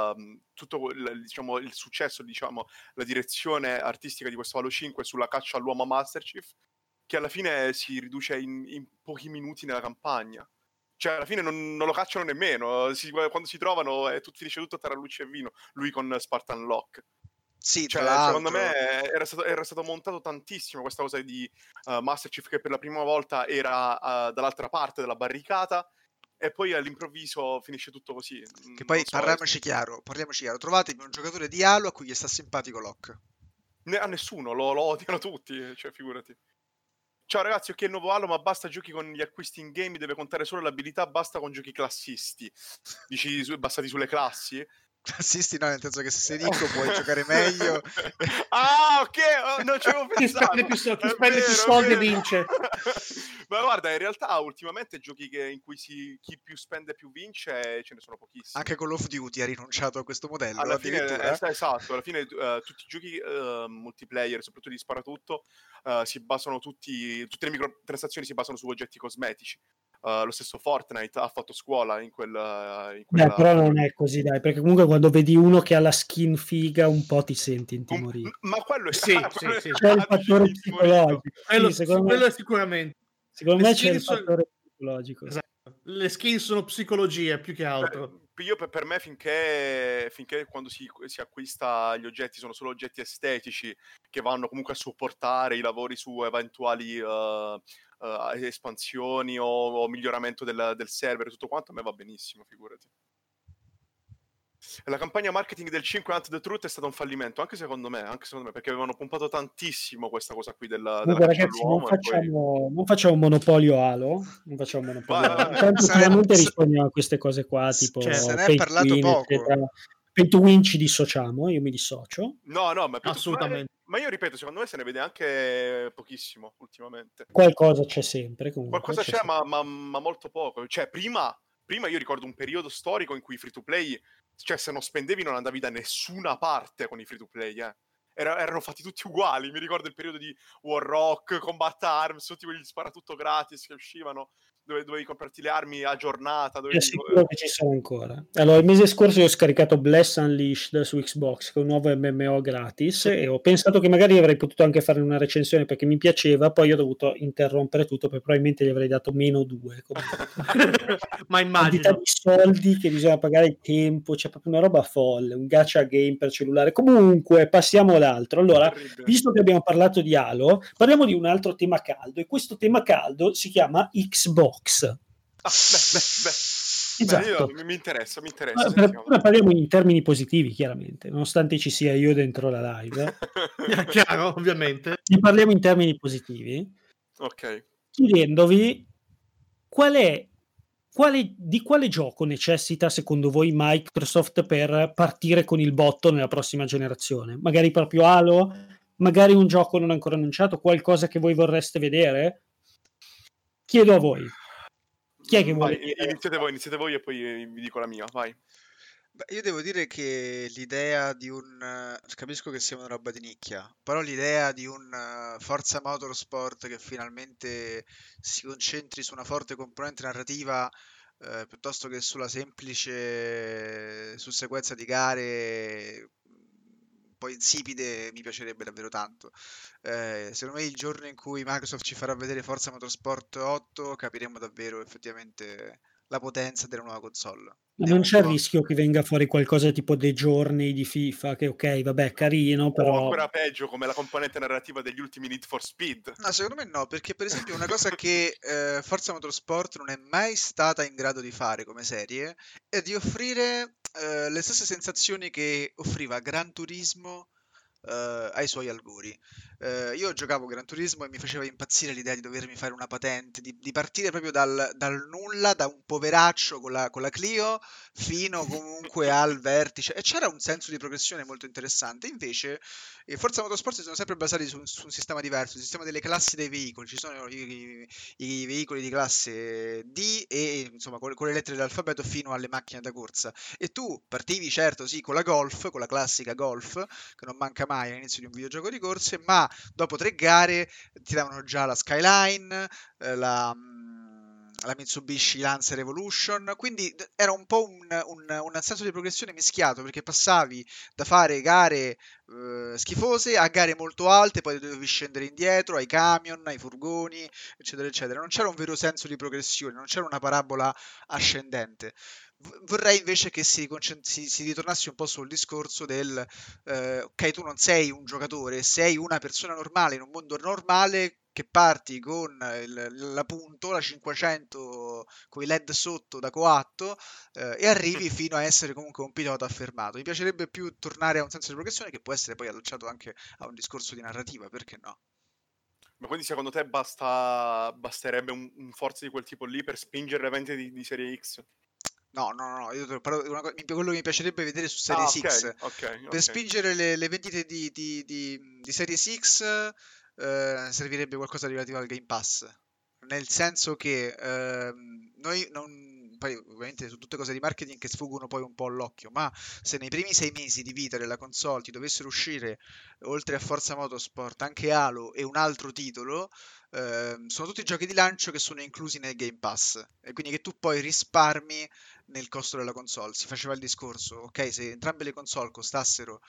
tutto diciamo, il successo, diciamo, la direzione artistica di questo Halo 5 sulla caccia all'uomo Master Chief, che alla fine si riduce in pochi minuti nella campagna. Cioè, alla fine non lo cacciano nemmeno. Quando si trovano finisce tutto tra luce e vino, lui con Spartan Lock. Sì, tra Cioè, secondo me l'altro. era stato montato tantissimo questa cosa di Master Chief che per la prima volta era dall'altra parte della barricata e poi all'improvviso finisce tutto così. Che Non poi lo so. parliamoci chiaro, trovatemi un giocatore di Halo a cui gli sta simpatico Locke. A nessuno, lo odiano tutti, cioè figurati. Ciao ragazzi, ok il nuovo Halo, ma basta giochi con gli acquisti in game, deve contare solo l'abilità, basta con giochi classisti. Dici basati sulle classi? Classisti no, nel senso che se sei ricco puoi giocare meglio. Ah, ok, non ci avevo pensato. Chi spende più soldi vince. Ma guarda, in realtà ultimamente giochi in cui chi più spende più vince ce ne sono pochissimi. Anche Call of Duty ha rinunciato a questo modello, Alla fine, addirittura. esatto, alla fine tutti i giochi multiplayer, soprattutto di sparatutto, si basano tutte le microtransazioni si basano su oggetti cosmetici. Lo stesso Fortnite ha fatto scuola in quella Però non è così, dai, perché comunque quando vedi uno che ha la skin figa un po' ti senti intimorito. Ma quello è Sì, quello sì. è C'è il fattore psicologico. Quello è sicuramente. Secondo Le me c'è il skin fattore psicologico. Esatto. Le skin sono psicologia più che altro. Per me finché quando si acquista gli oggetti sono solo oggetti estetici che vanno comunque a supportare i lavori su eventuali espansioni o miglioramento del server e tutto quanto, a me va benissimo, figurati. La campagna marketing del 5 Hunt the Truth è stato un fallimento, anche secondo me, perché avevano pompato tantissimo questa cosa qui della Comunque, caccia ragazzi, non all'uomo e poi... facciamo monopolio Halo. Non facciamo monopolio Vai, Halo. vai. Tanto Se ne, chiaramente se- rispondiamo a queste cose qua, tipo Certo. se ne è pay to parlato win, poco. eccetera. Pay to win ci dissociamo, io mi dissocio. No, ma, Assolutamente. ma io ripeto, secondo me se ne vede anche pochissimo ultimamente. Qualcosa c'è sempre, comunque. Qualcosa c'è, sempre. ma molto poco. Cioè, prima io ricordo un periodo storico in cui i free-to-play, cioè se non spendevi non andavi da nessuna parte con i free-to-play, erano fatti tutti uguali. Mi ricordo il periodo di Warrock, Combat Arms, tutti quelli spara tutto gratis che uscivano, dove dovevi comprarti le armi a giornata. Ti assicuro che ci sono ancora. Allora, il mese scorso io ho scaricato Bless Unleashed su Xbox, che è un nuovo MMO gratis, e ho pensato che magari avrei potuto anche fare una recensione perché mi piaceva, poi ho dovuto interrompere tutto perché probabilmente gli avrei dato -2. Ma Quantità immagino. di soldi che bisogna pagare, il tempo, c'è proprio una roba folle, un gacha game per cellulare. Comunque, passiamo all'altro. Allora, Terribile. visto che abbiamo parlato di Halo, parliamo di un altro tema caldo, e questo tema caldo si chiama Xbox. Esatto. Mi interessa. Sentiamo. Ora parliamo in termini positivi, chiaramente, nonostante ci sia io dentro la live. Chiaro, ovviamente. Ne parliamo in termini positivi, Ok. chiedendovi di quale gioco necessita secondo voi Microsoft per partire con il botto nella prossima generazione? Magari proprio Halo? Magari un gioco non ancora annunciato? Qualcosa che voi vorreste vedere? Chiedo a voi. Chi è che vuole dire? Iniziate voi e poi vi dico la mia, vai. Beh, io devo dire che l'idea di capisco che sia una roba di nicchia, però l'idea di un Forza Motorsport che finalmente si concentri su una forte componente narrativa piuttosto che sulla semplice susseguenza di gare un po' insipide mi piacerebbe davvero tanto. Secondo me il giorno in cui Microsoft ci farà vedere Forza Motorsport 8 capiremo davvero effettivamente la potenza della nuova console. Ma non c'è il rischio che venga fuori qualcosa tipo The Journey di FIFA, che ok, vabbè, carino, però... O ancora peggio, come la componente narrativa degli ultimi Need for Speed. No, secondo me no, perché per esempio una cosa che Forza Motorsport non è mai stata in grado di fare come serie è di offrire le stesse sensazioni che offriva Gran Turismo ai suoi albori. Io giocavo Gran Turismo e mi faceva impazzire l'idea di dovermi fare una patente, di partire proprio dal nulla, da un poveraccio con la Clio, fino comunque al vertice. E c'era un senso di progressione molto interessante. Invece, Forza Motorsport si sono sempre basati su un sistema diverso, il sistema delle classi dei veicoli. Ci sono i veicoli di classe D e insomma con le lettere dell'alfabeto fino alle macchine da corsa. E tu partivi, certo, sì, con la Golf, con la classica Golf, che non manca mai all'inizio di un videogioco di corse, ma dopo 3 gare ti davano già la Skyline, la Mitsubishi Lancer Evolution, quindi era un po' un senso di progressione mischiato, perché passavi da fare gare schifose a gare molto alte, poi dovevi scendere indietro ai camion, ai furgoni, eccetera, eccetera. Non c'era un vero senso di progressione, non c'era una parabola ascendente. Vorrei invece che si ritornasse un po' sul discorso del ok, tu non sei un giocatore, sei una persona normale in un mondo normale che parti con la punto, la 500 con i LED sotto da coatto e arrivi fino a essere comunque un pilota affermato. Mi piacerebbe più tornare a un senso di progressione che può essere poi allacciato anche a un discorso di narrativa, perché no? Ma quindi secondo te basterebbe un Forza di quel tipo lì per spingere le vendite di Serie X? No, io parlo quello che mi piacerebbe vedere su Series X. Per spingere le vendite di Series X servirebbe qualcosa relativo al Game Pass. Nel senso che noi poi ovviamente sono tutte cose di marketing che sfuggono poi un po' all'occhio, ma se nei primi 6 mesi di vita della console ti dovessero uscire, oltre a Forza Motorsport, anche Halo e un altro titolo, sono tutti giochi di lancio che sono inclusi nel Game Pass e quindi che tu poi risparmi nel costo della console. Si faceva il discorso, ok, se entrambe le console costassero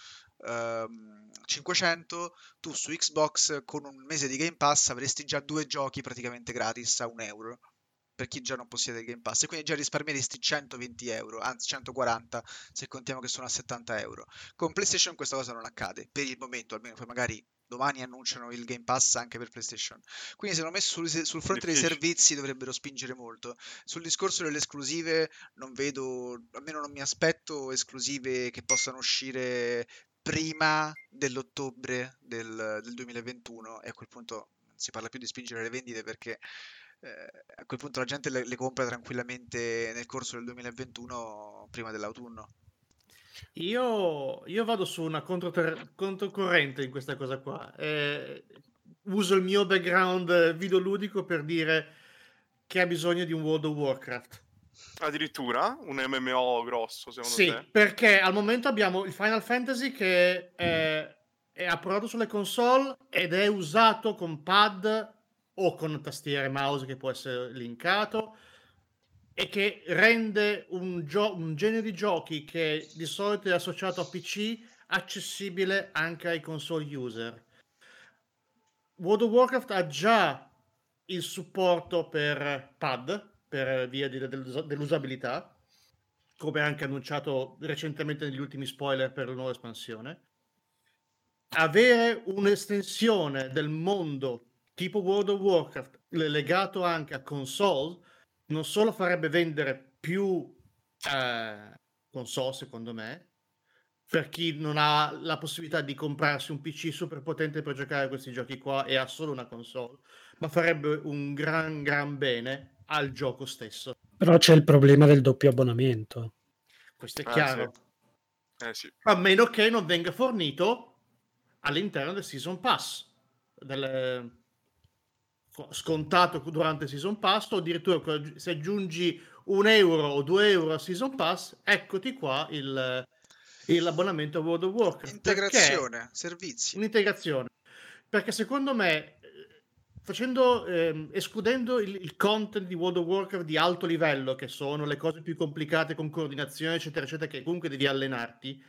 500, tu su Xbox con un mese di Game Pass avresti già 2 giochi praticamente gratis a €1. per chi già non possiede il Game Pass, e quindi già risparmieresti 120 euro, anzi 140 se contiamo che sono a 70 euro. Con PlayStation questa cosa non accade, per il momento almeno, poi magari domani annunciano il Game Pass anche per PlayStation. Quindi secondo me sul fronte dei Difficile. servizi dovrebbero spingere molto. Sul discorso delle esclusive non vedo, almeno non mi aspetto esclusive che possano uscire prima dell'ottobre del 2021, e a quel punto non si parla più di spingere le vendite, perché a quel punto la gente le compra tranquillamente nel corso del 2021 prima dell'autunno. Io vado su una controcorrente in questa cosa qua. Uso il mio background videoludico per dire che ha bisogno di un World of Warcraft. Addirittura un MMO grosso, secondo Sì, te? perché al momento abbiamo il Final Fantasy che è approdato sulle console ed è usato con pad o con tastiera e mouse che può essere linkato, e che rende un genere di giochi che di solito è associato a PC accessibile anche ai console user. World of Warcraft ha già il supporto per pad per via dell'usabilità, come anche annunciato recentemente negli ultimi spoiler per la nuova espansione. Avere un'estensione del mondo tipo World of Warcraft legato anche a console non solo farebbe vendere più console, secondo me, per chi non ha la possibilità di comprarsi un PC super potente per giocare a questi giochi qua e ha solo una console, ma farebbe un gran bene al gioco stesso. Però c'è il problema del doppio abbonamento. Questo è chiaro. Sì. A meno che non venga fornito all'interno del Season Pass, scontato durante il Season Pass, o addirittura se aggiungi €1 o €2 al Season Pass, eccoti qua l'abbonamento a World of Warcraft. Integrazione, Perché? servizi. Un'integrazione. Perché secondo me, escludendo il content di World of Warcraft di alto livello, che sono le cose più complicate con coordinazione, eccetera, eccetera, che comunque devi allenarti,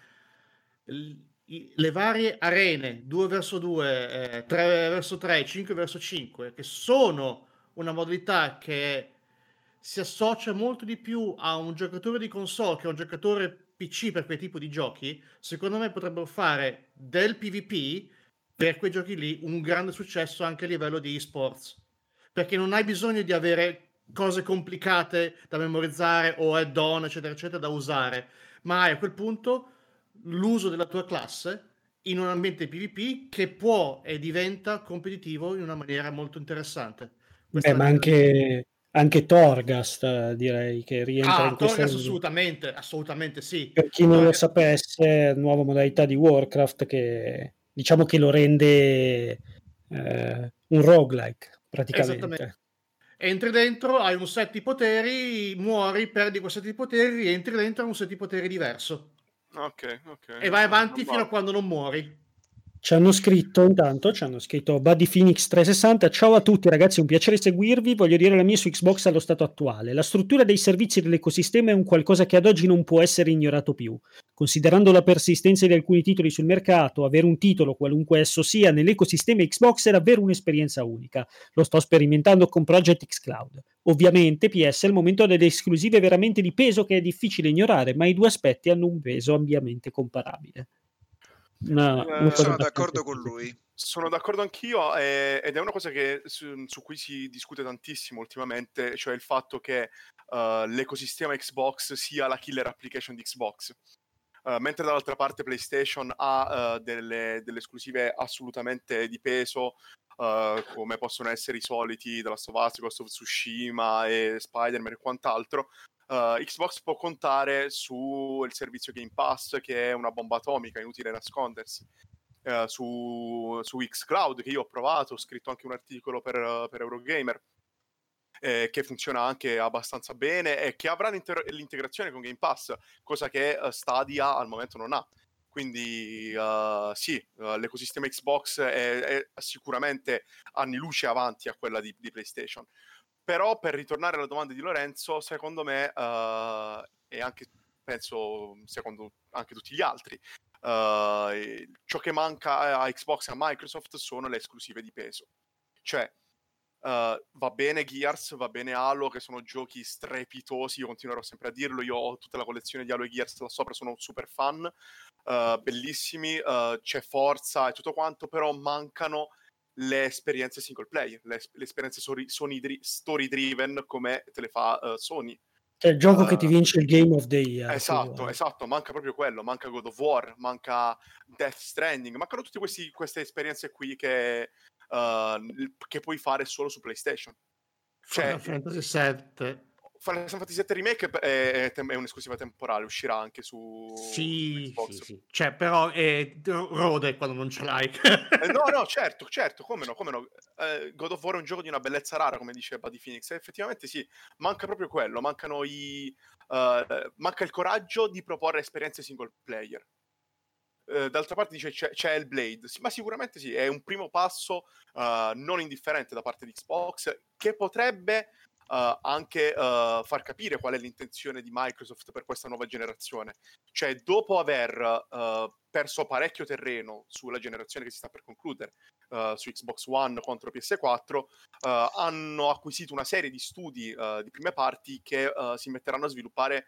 le varie arene 2 vs 2, 3 vs 3, 5 vs 5, che sono una modalità che si associa molto di più a un giocatore di console che a un giocatore PC per quel tipo di giochi, secondo me potrebbero fare del PvP per quei giochi lì un grande successo anche a livello di esports, perché non hai bisogno di avere cose complicate da memorizzare o add-on eccetera eccetera da usare, ma hai a quel punto l'uso della tua classe in un ambiente PvP che può e diventa competitivo in una maniera molto interessante. Questa è la Ma mia... anche Torghast, direi che rientra in questa. Torghast assolutamente sì. Per chi non lo Torghast... sapesse, nuova modalità di Warcraft che diciamo che lo rende un roguelike praticamente. Esattamente. Entri dentro, hai un set di poteri, muori, perdi quel set di poteri, entri dentro, hai un set di poteri diverso. Ok. E vai avanti fino a quando non muori. Ci hanno scritto Buddy Phoenix 360: ciao a tutti ragazzi, è un piacere seguirvi, voglio dire la mia su Xbox allo stato attuale. La struttura dei servizi dell'ecosistema è un qualcosa che ad oggi non può essere ignorato più. Considerando la persistenza di alcuni titoli sul mercato, avere un titolo, qualunque esso sia, nell'ecosistema Xbox è davvero un'esperienza unica. Lo sto sperimentando con Project X Cloud. Ovviamente PS è il momento delle esclusive veramente di peso che è difficile ignorare, ma i due aspetti hanno un peso ampiamente comparabile. Sono d'accordo con lui. Sono d'accordo anch'io, ed è una cosa che su cui si discute tantissimo ultimamente, cioè il fatto che l'ecosistema Xbox sia la killer application di Xbox. Mentre dall'altra parte PlayStation ha delle esclusive assolutamente di peso, come possono essere i soliti The Last of Us, Ghost of Tsushima e Spider-Man e quant'altro. Xbox può contare sul servizio Game Pass, che è una bomba atomica, inutile nascondersi. Su xCloud, che io ho provato, ho scritto anche un articolo per Eurogamer, che funziona anche abbastanza bene e che avrà l'integrazione con Game Pass, cosa che Stadia al momento non ha. Quindi sì, l'ecosistema Xbox è sicuramente anni luce avanti a quella di PlayStation. Però per ritornare alla domanda di Lorenzo, secondo me, e anche penso secondo anche tutti gli altri, ciò che manca a Xbox e a Microsoft sono le esclusive di peso. Cioè, Va bene Gears, va bene Halo, che sono giochi strepitosi, io continuerò sempre a dirlo, io ho tutta la collezione di Halo e Gears là sopra, sono un super fan, bellissimi, c'è Forza e tutto quanto, però mancano le esperienze single player, le esperienze story driven come te le fa Sony. È il gioco che ti vince il Game of the Year. Esatto, manca proprio quello, manca God of War, manca Death Stranding, mancano tutte queste esperienze qui che puoi fare solo su PlayStation. Final Fantasy VII. Final Fantasy VII Remake è un'esclusiva temporale, uscirà anche su Xbox. Sì. Cioè, però rode quando non ce l'hai. No, certo, come no. God of War è un gioco di una bellezza rara, come dice Buddy Phoenix. Effettivamente sì, manca proprio quello, manca il coraggio di proporre esperienze single player. D'altra parte dice c'è il Blade, ma sicuramente sì, è un primo passo non indifferente da parte di Xbox, che potrebbe anche far capire qual è l'intenzione di Microsoft per questa nuova generazione. Cioè, dopo aver perso parecchio terreno sulla generazione che si sta per concludere su Xbox One contro PS4, hanno acquisito una serie di studi di prime parti che si metteranno a sviluppare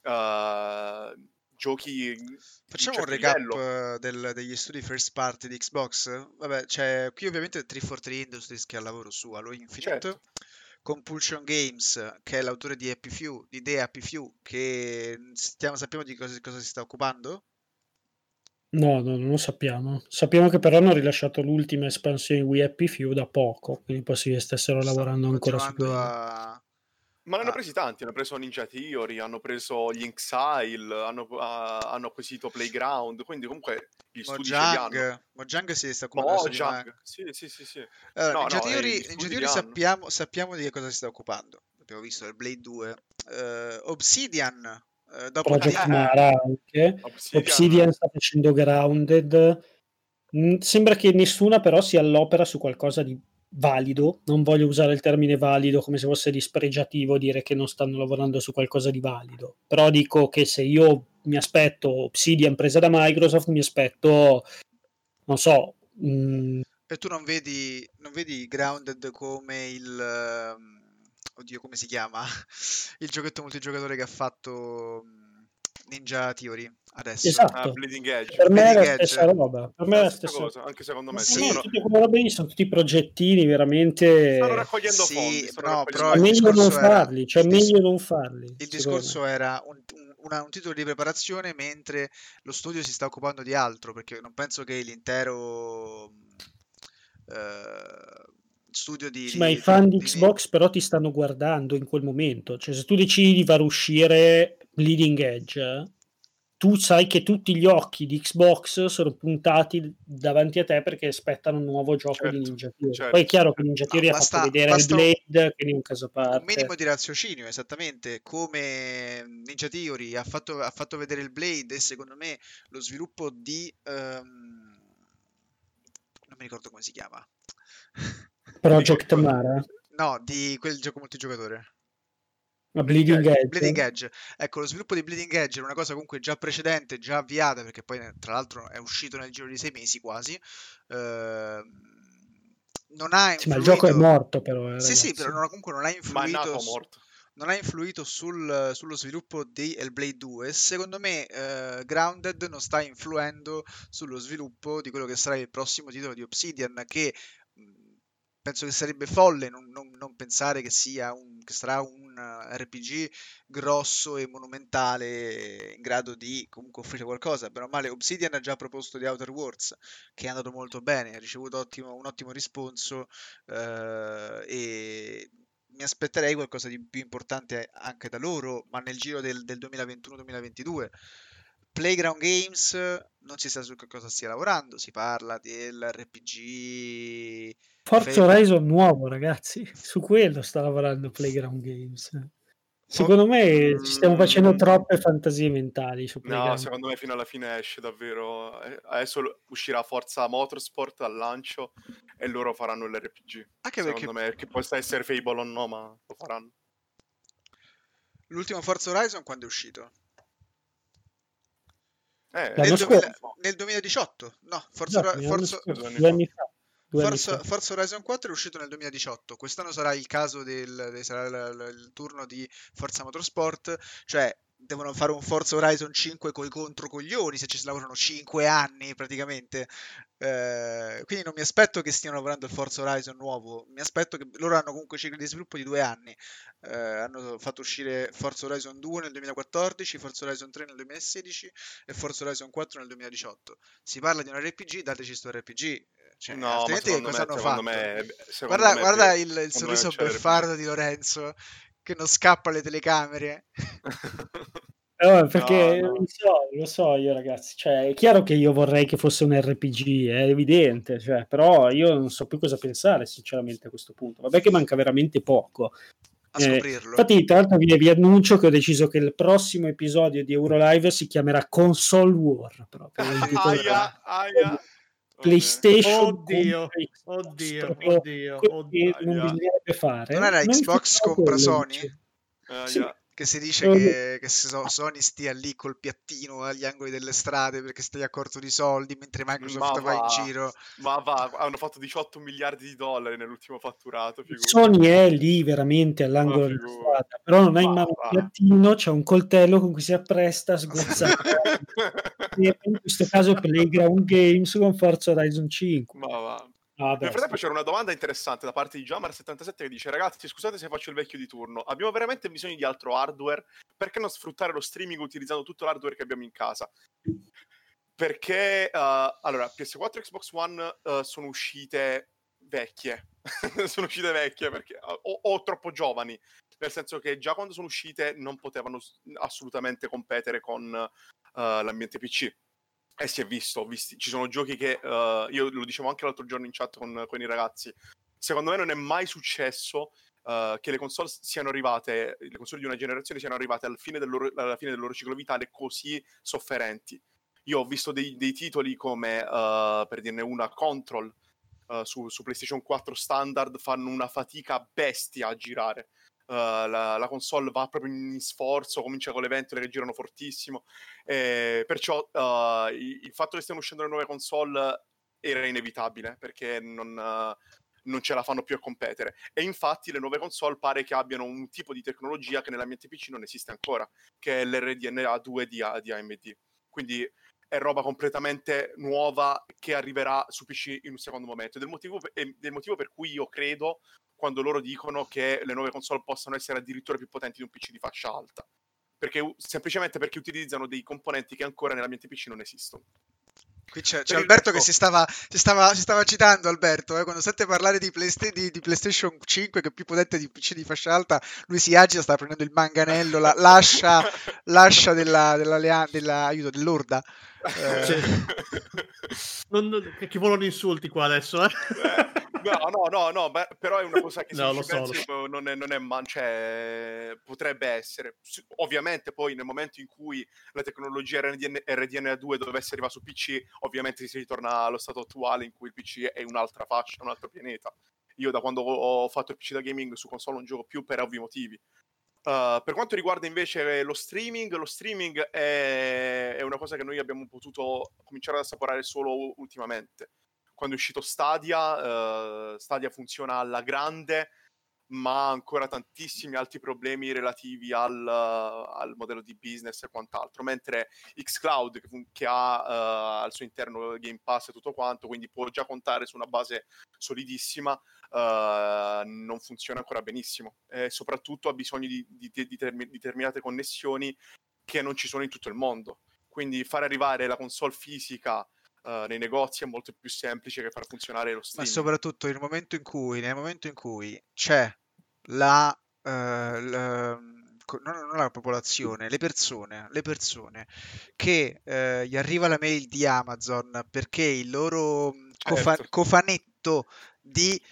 giochi. Facciamo un recap degli studi first party di Xbox. Vabbè, c'è qui ovviamente 343 Industries che ha lavoro su Halo Infinite, certo. Compulsion Games che è l'autore di Happy Few, di The Happy Few, che sappiamo di cosa si sta occupando? No, non lo sappiamo. Sappiamo che però hanno rilasciato l'ultima espansione Wii Happy Few da poco, quindi possibile che stessero lavorando ancora su quello. Ma ne hanno presi tanti, hanno preso Ninja Theory, hanno preso gli Inxile, hanno acquisito Playground, quindi comunque gli studi ce li hanno. Mojang si sta occupando sì. Allora, Ninja Theory sappiamo di che cosa si sta occupando. Abbiamo visto il Blade 2. Obsidian, dopo Project Mara anche. Obsidian sta facendo Grounded. Sembra che nessuna però si allopera su qualcosa di valido. Non voglio usare il termine valido come se fosse dispregiativo dire che non stanno lavorando su qualcosa di valido, però dico che se io mi aspetto Obsidian presa da Microsoft, mi aspetto, non so, e tu non vedi Grounded come il oddio, come si chiama? Il giochetto multigiocatore che ha fatto Ninja Theory adesso. Esatto. Bleeding Edge. Per me è la stessa roba. Per me è la stessa cosa, anche secondo me. Sì. Tutte quelle robe lì sono tutti progettini veramente. Stanno raccogliendo fondi. Però è meglio non farli. Cioè, meglio non farli. Il discorso era un titolo di preparazione mentre lo studio si sta occupando di altro, perché non penso che l'intero studio di... Sì, ma i fan di Xbox però ti stanno guardando in quel momento. Cioè, se tu decidi di far uscire Bleeding Edge, tu sai che tutti gli occhi di Xbox sono puntati davanti a te perché aspettano un nuovo gioco di Ninja Theory. Poi è chiaro che Ninja Theory ha fatto vedere il Blade, che è un caso a parte. Un minimo di raziocinio, esattamente come Ninja Theory ha fatto vedere il Blade, e secondo me lo sviluppo di... non mi ricordo come si chiama. Project Mara? No, di quel gioco multigiocatore. Bleeding Edge. Ecco, lo sviluppo di Bleeding Edge era una cosa comunque già precedente, già avviata, perché poi tra l'altro è uscito nel giro di 6 mesi quasi. Non ha influito... Sì, ma il gioco è morto però. Sì, però comunque non ha influito. Ma è nato morto. Non ha influito sullo sviluppo di Hellblade 2. Secondo me Grounded non sta influendo sullo sviluppo di quello che sarà il prossimo titolo di Obsidian, che penso che sarebbe folle non pensare che sarà un RPG grosso e monumentale in grado di comunque offrire qualcosa. Però male, Obsidian ha già proposto The Outer Worlds, che è andato molto bene, ha ricevuto un ottimo risponso, e mi aspetterei qualcosa di più importante anche da loro, ma nel giro del 2021-2022. Playground Games non si sa su che cosa stia lavorando, si parla dell'RPG Forza Horizon nuovo, ragazzi, su quello sta lavorando Playground Games. Secondo me ci stiamo facendo troppe fantasie mentali su Playground. No, secondo me fino alla fine esce davvero. Adesso uscirà Forza Motorsport al lancio e loro faranno l'RPG. Anche secondo me, che possa essere Fable o no, ma lo faranno. L'ultimo Forza Horizon quando è uscito? Nel 2018? No, Forza 2 anni fa. 2 anni fa. Forza Horizon 4 è uscito nel 2018. Quest'anno sarà il caso sarà il turno di Forza Motorsport. Cioè, devono fare un Forza Horizon 5 coi controcoglioni se ci si lavorano 5 anni praticamente. Quindi non mi aspetto che stiano lavorando il Forza Horizon nuovo. Mi aspetto che loro hanno comunque cicli di sviluppo di 2 anni. Hanno fatto uscire Forza Horizon 2 nel 2014, Forza Horizon 3 nel 2016 e Forza Horizon 4 nel 2018. Si parla di un RPG, dateci sto RPG. Cioè, No, ma altrimenti che secondo cosa me, hanno secondo fatto? me, secondo me è Guarda vero. il Secondo me sorriso non c'è beffardo RPG. di Lorenzo che non scappa alle telecamere. Perché No, no. lo so io ragazzi, cioè è chiaro che io vorrei che fosse un RPG, è evidente, cioè, però io non so più cosa pensare sinceramente a questo punto. Vabbè che manca veramente poco. A scoprirlo. Infatti, tra l'altro vi annuncio che ho deciso che il prossimo episodio di Eurolive si chiamerà Console War, proprio il titolo. Aia. PlayStation Oddio, contro Xbox, oddio, proprio oddio, quello che non Aia. bisognerebbe fare. Non era Noi Xbox facciamo compra quello, Sony? invece. Sì. Aia. Che si dice che Sony stia lì col piattino agli angoli delle strade perché stai a corto di soldi mentre Microsoft va in giro. Ma va, hanno fatto 18 miliardi di dollari nell'ultimo fatturato, figurati. Sony è lì veramente all'angolo della strada, però non ha in mano un piattino, c'è un coltello con cui si appresta a sgozzare. In questo caso Playground Games con Forza Horizon 5. Ma va. Ah, Nel frattempo c'era una domanda interessante da parte di Jamar77 che dice: ragazzi, scusate se faccio il vecchio di turno, abbiamo veramente bisogno di altro hardware? Perché non sfruttare lo streaming utilizzando tutto l'hardware che abbiamo in casa? Perché allora PS4 e Xbox One sono uscite vecchie sono uscite vecchie perché o troppo giovani, nel senso che già quando sono uscite non potevano assolutamente competere con l'ambiente PC. E si è visto, ci sono giochi che io lo dicevo anche l'altro giorno in chat con i ragazzi, secondo me non è mai successo che le console siano arrivate, le console di una generazione siano arrivate alla fine del loro ciclo vitale così sofferenti. Io ho visto dei titoli come, per dirne una, Control, su PlayStation 4 standard, fanno una fatica bestia a girare. La console va proprio in sforzo, comincia con le ventole che girano fortissimo, perciò il fatto che stiano uscendo le nuove console era inevitabile, perché non ce la fanno più a competere. E infatti le nuove console pare che abbiano un tipo di tecnologia che nell'ambiente PC non esiste ancora, che è l'RDNA 2 di AMD. Quindi è roba completamente nuova che arriverà su PC in un secondo momento. Del motivo per cui io credo quando loro dicono che le nuove console possano essere addirittura più potenti di un PC di fascia alta. Semplicemente perché utilizzano dei componenti che ancora nell'ambiente PC non esistono. Qui c'è Alberto che si stava citando, Alberto, quando sente parlare di PlayStation 5 che è più potente di un PC di fascia alta, lui si agita, sta prendendo il manganello, l'ascia dell'Orda. Che volano insulti qua adesso, No, però è una cosa che no, se ci pensi non è cioè, potrebbe essere. Ovviamente poi nel momento in cui la tecnologia RDNA 2 dovesse arrivare su PC, ovviamente si ritorna allo stato attuale in cui il PC è un'altra fascia, un altro pianeta. Io da quando ho fatto il PC da gaming su console non gioco più per ovvi motivi. Per quanto riguarda invece lo streaming è una cosa che noi abbiamo potuto cominciare ad assaporare solo ultimamente. Quando è uscito Stadia funziona alla grande, ma ha ancora tantissimi altri problemi relativi al modello di business e quant'altro, mentre xCloud che ha al suo interno Game Pass e tutto quanto, quindi può già contare su una base solidissima, non funziona ancora benissimo, e soprattutto ha bisogno di determinate connessioni che non ci sono in tutto il mondo, quindi fare arrivare la console fisica nei negozi è molto più semplice che far funzionare lo streaming. Ma soprattutto nel momento in cui c'è non la popolazione, le persone che gli arriva la mail di Amazon perché il loro cofanetto di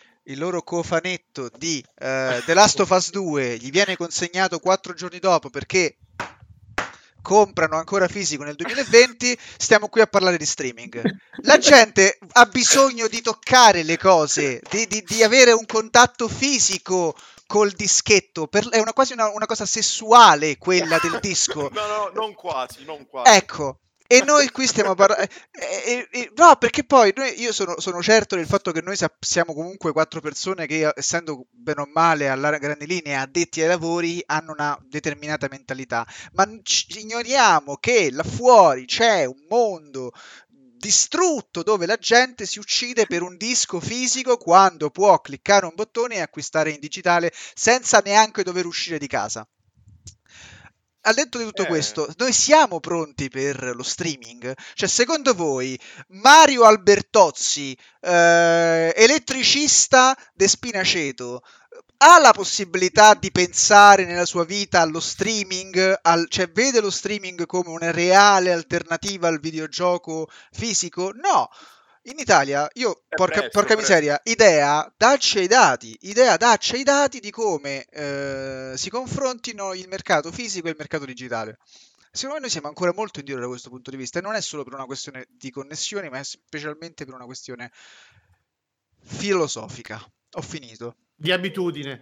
The Last of Us 2 gli viene consegnato 4 giorni dopo perché comprano ancora fisico nel 2020, stiamo qui a parlare di streaming. La gente ha bisogno di toccare le cose, di avere un contatto fisico col dischetto, è quasi una cosa sessuale quella del disco. No, non quasi. Ecco, E noi qui stiamo parlando. No, perché poi io sono certo del fatto che noi siamo comunque 4 persone che, essendo bene o male alla grandi linee addetti ai lavori, hanno una determinata mentalità. Ma ignoriamo che là fuori c'è un mondo distrutto dove la gente si uccide per un disco fisico quando può cliccare un bottone e acquistare in digitale senza neanche dover uscire di casa. Al detto di tutto questo, noi siamo pronti per lo streaming? Cioè, secondo voi, Mario Albertozzi, elettricista de Spinaceto, ha la possibilità di pensare nella sua vita allo streaming? Cioè, vede lo streaming come una reale alternativa al videogioco fisico? No! In Italia, porca miseria, idea, dacci i dati di come si confrontino il mercato fisico e il mercato digitale. Secondo me noi siamo ancora molto indietro da questo punto di vista, e non è solo per una questione di connessioni, ma è specialmente per una questione filosofica. Ho finito. Di abitudine.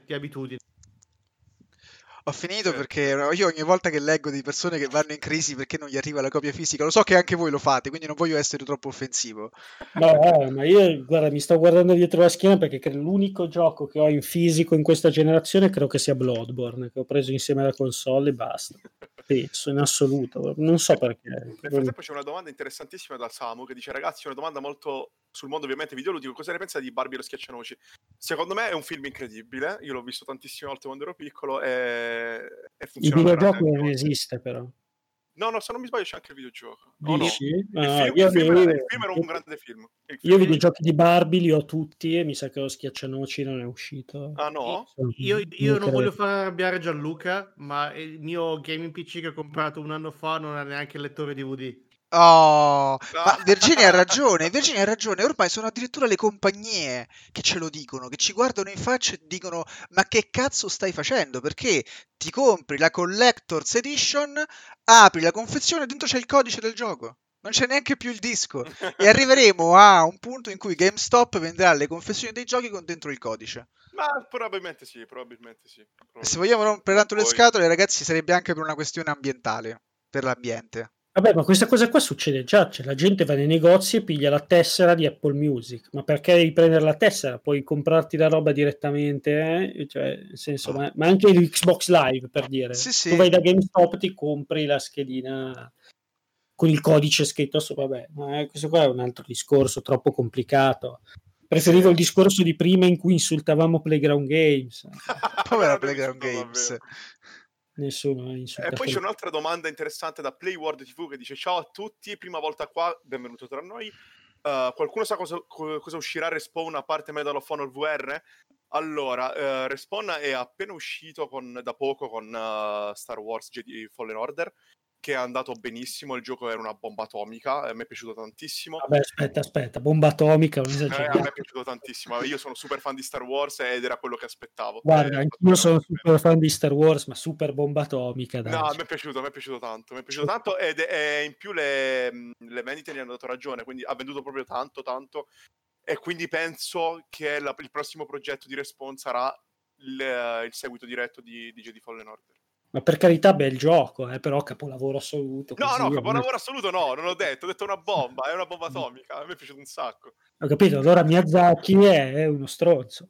Ho finito perché io ogni volta che leggo di persone che vanno in crisi perché non gli arriva la copia fisica, lo so che anche voi lo fate, quindi non voglio essere troppo offensivo. No, ma io, guarda, mi sto guardando dietro la schiena perché l'unico gioco che ho in fisico in questa generazione credo che sia Bloodborne, che ho preso insieme alla console e basta. Penso, in assoluto. Non so perché. Nel frattempo c'è una domanda interessantissima da Samu che dice: ragazzi, una domanda molto sul mondo ovviamente videoludico, cosa ne pensa di Barbie e lo schiaccianoci? Secondo me è un film incredibile, io l'ho visto tantissime volte quando ero piccolo e funziona. Il videogioco non esiste però. No, se non mi sbaglio c'è anche il videogioco. Dici? Il film era un grande film. Io i videogiochi di Barbie li ho tutti e mi sa che lo schiaccianoci non è uscito. Ah no? Io non voglio far arrabbiare Gianluca, ma il mio gaming PC che ho comprato un anno fa non ha neanche il lettore DVD. Oh, ma Virginia ha ragione, ormai sono addirittura le compagnie che ce lo dicono, che ci guardano in faccia e dicono: ma che cazzo stai facendo? Perché ti compri la Collector's Edition, apri la confezione e dentro c'è il codice del gioco, non c'è neanche più il disco, e arriveremo a un punto in cui GameStop venderà le confezioni dei giochi con dentro il codice. Ma probabilmente sì. E se vogliamo rompere tanto le scatole, ragazzi, sarebbe anche per una questione ambientale, per l'ambiente. Vabbè, ma questa cosa qua succede già, cioè la gente va nei negozi e piglia la tessera di Apple Music, ma perché devi prendere la tessera? Puoi comprarti la roba direttamente, cioè, nel senso, ma anche il Xbox Live, per dire. Sì. Tu vai da GameStop, ti compri la schedina con il codice scritto su, vabbè, ma questo qua è un altro discorso troppo complicato. Preferivo il discorso di prima in cui insultavamo Playground Games. Povera Playground Games. Nessuno e poi c'è un'altra domanda interessante da Playworld TV che dice: ciao a tutti, prima volta qua, benvenuto tra noi. Qualcuno sa cosa uscirà Respawn a parte Medal of Honor VR? Allora, Respawn è appena uscito da poco con Star Wars Jedi Fallen Order, che è andato benissimo, il gioco era una bomba atomica, a me è piaciuto tantissimo. Vabbè, aspetta, bomba atomica, non a esageriamo. me è piaciuto tantissimo, io sono super fan di Star Wars ed era quello che aspettavo. Guarda, anch'io sono super fan di Star Wars, ma super bomba atomica, dai. No, a me è piaciuto tanto, ed è in più le vendite gli hanno dato ragione, quindi ha venduto proprio tanto, e quindi penso che il prossimo progetto di Respawn sarà il seguito diretto di Jedi Fallen Order. Ma per carità, bel gioco, però capolavoro assoluto. Così, no, capolavoro assoluto no, non ho detto una bomba, è una bomba atomica, a me è piaciuto un sacco. Ho capito, allora Miyazaki è uno stronzo.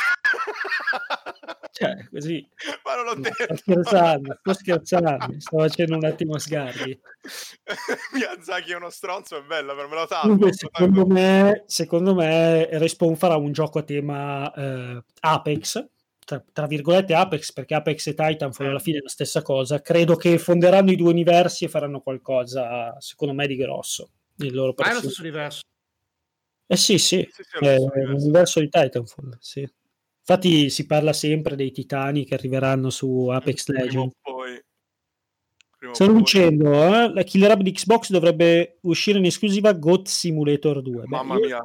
Cioè, così. Ma non l'ho detto. Sto scherzando, sto facendo un attimo sgarbi. Miyazaki è uno stronzo, è bella, per me lo tanto. Secondo me Respawn farà un gioco a tema Apex, tra virgolette Apex, perché Apex e Titanfall alla fine è la stessa cosa. Credo che fonderanno i due universi e faranno qualcosa, secondo me, di grosso. Ma è lo stesso universo? Sì, è l'universo di Titanfall, sì. Infatti si parla sempre dei titani che arriveranno su Apex Legends. Stanno dicendo, la killer app di Xbox dovrebbe uscire in esclusiva Goat Simulator 2. Mamma mia,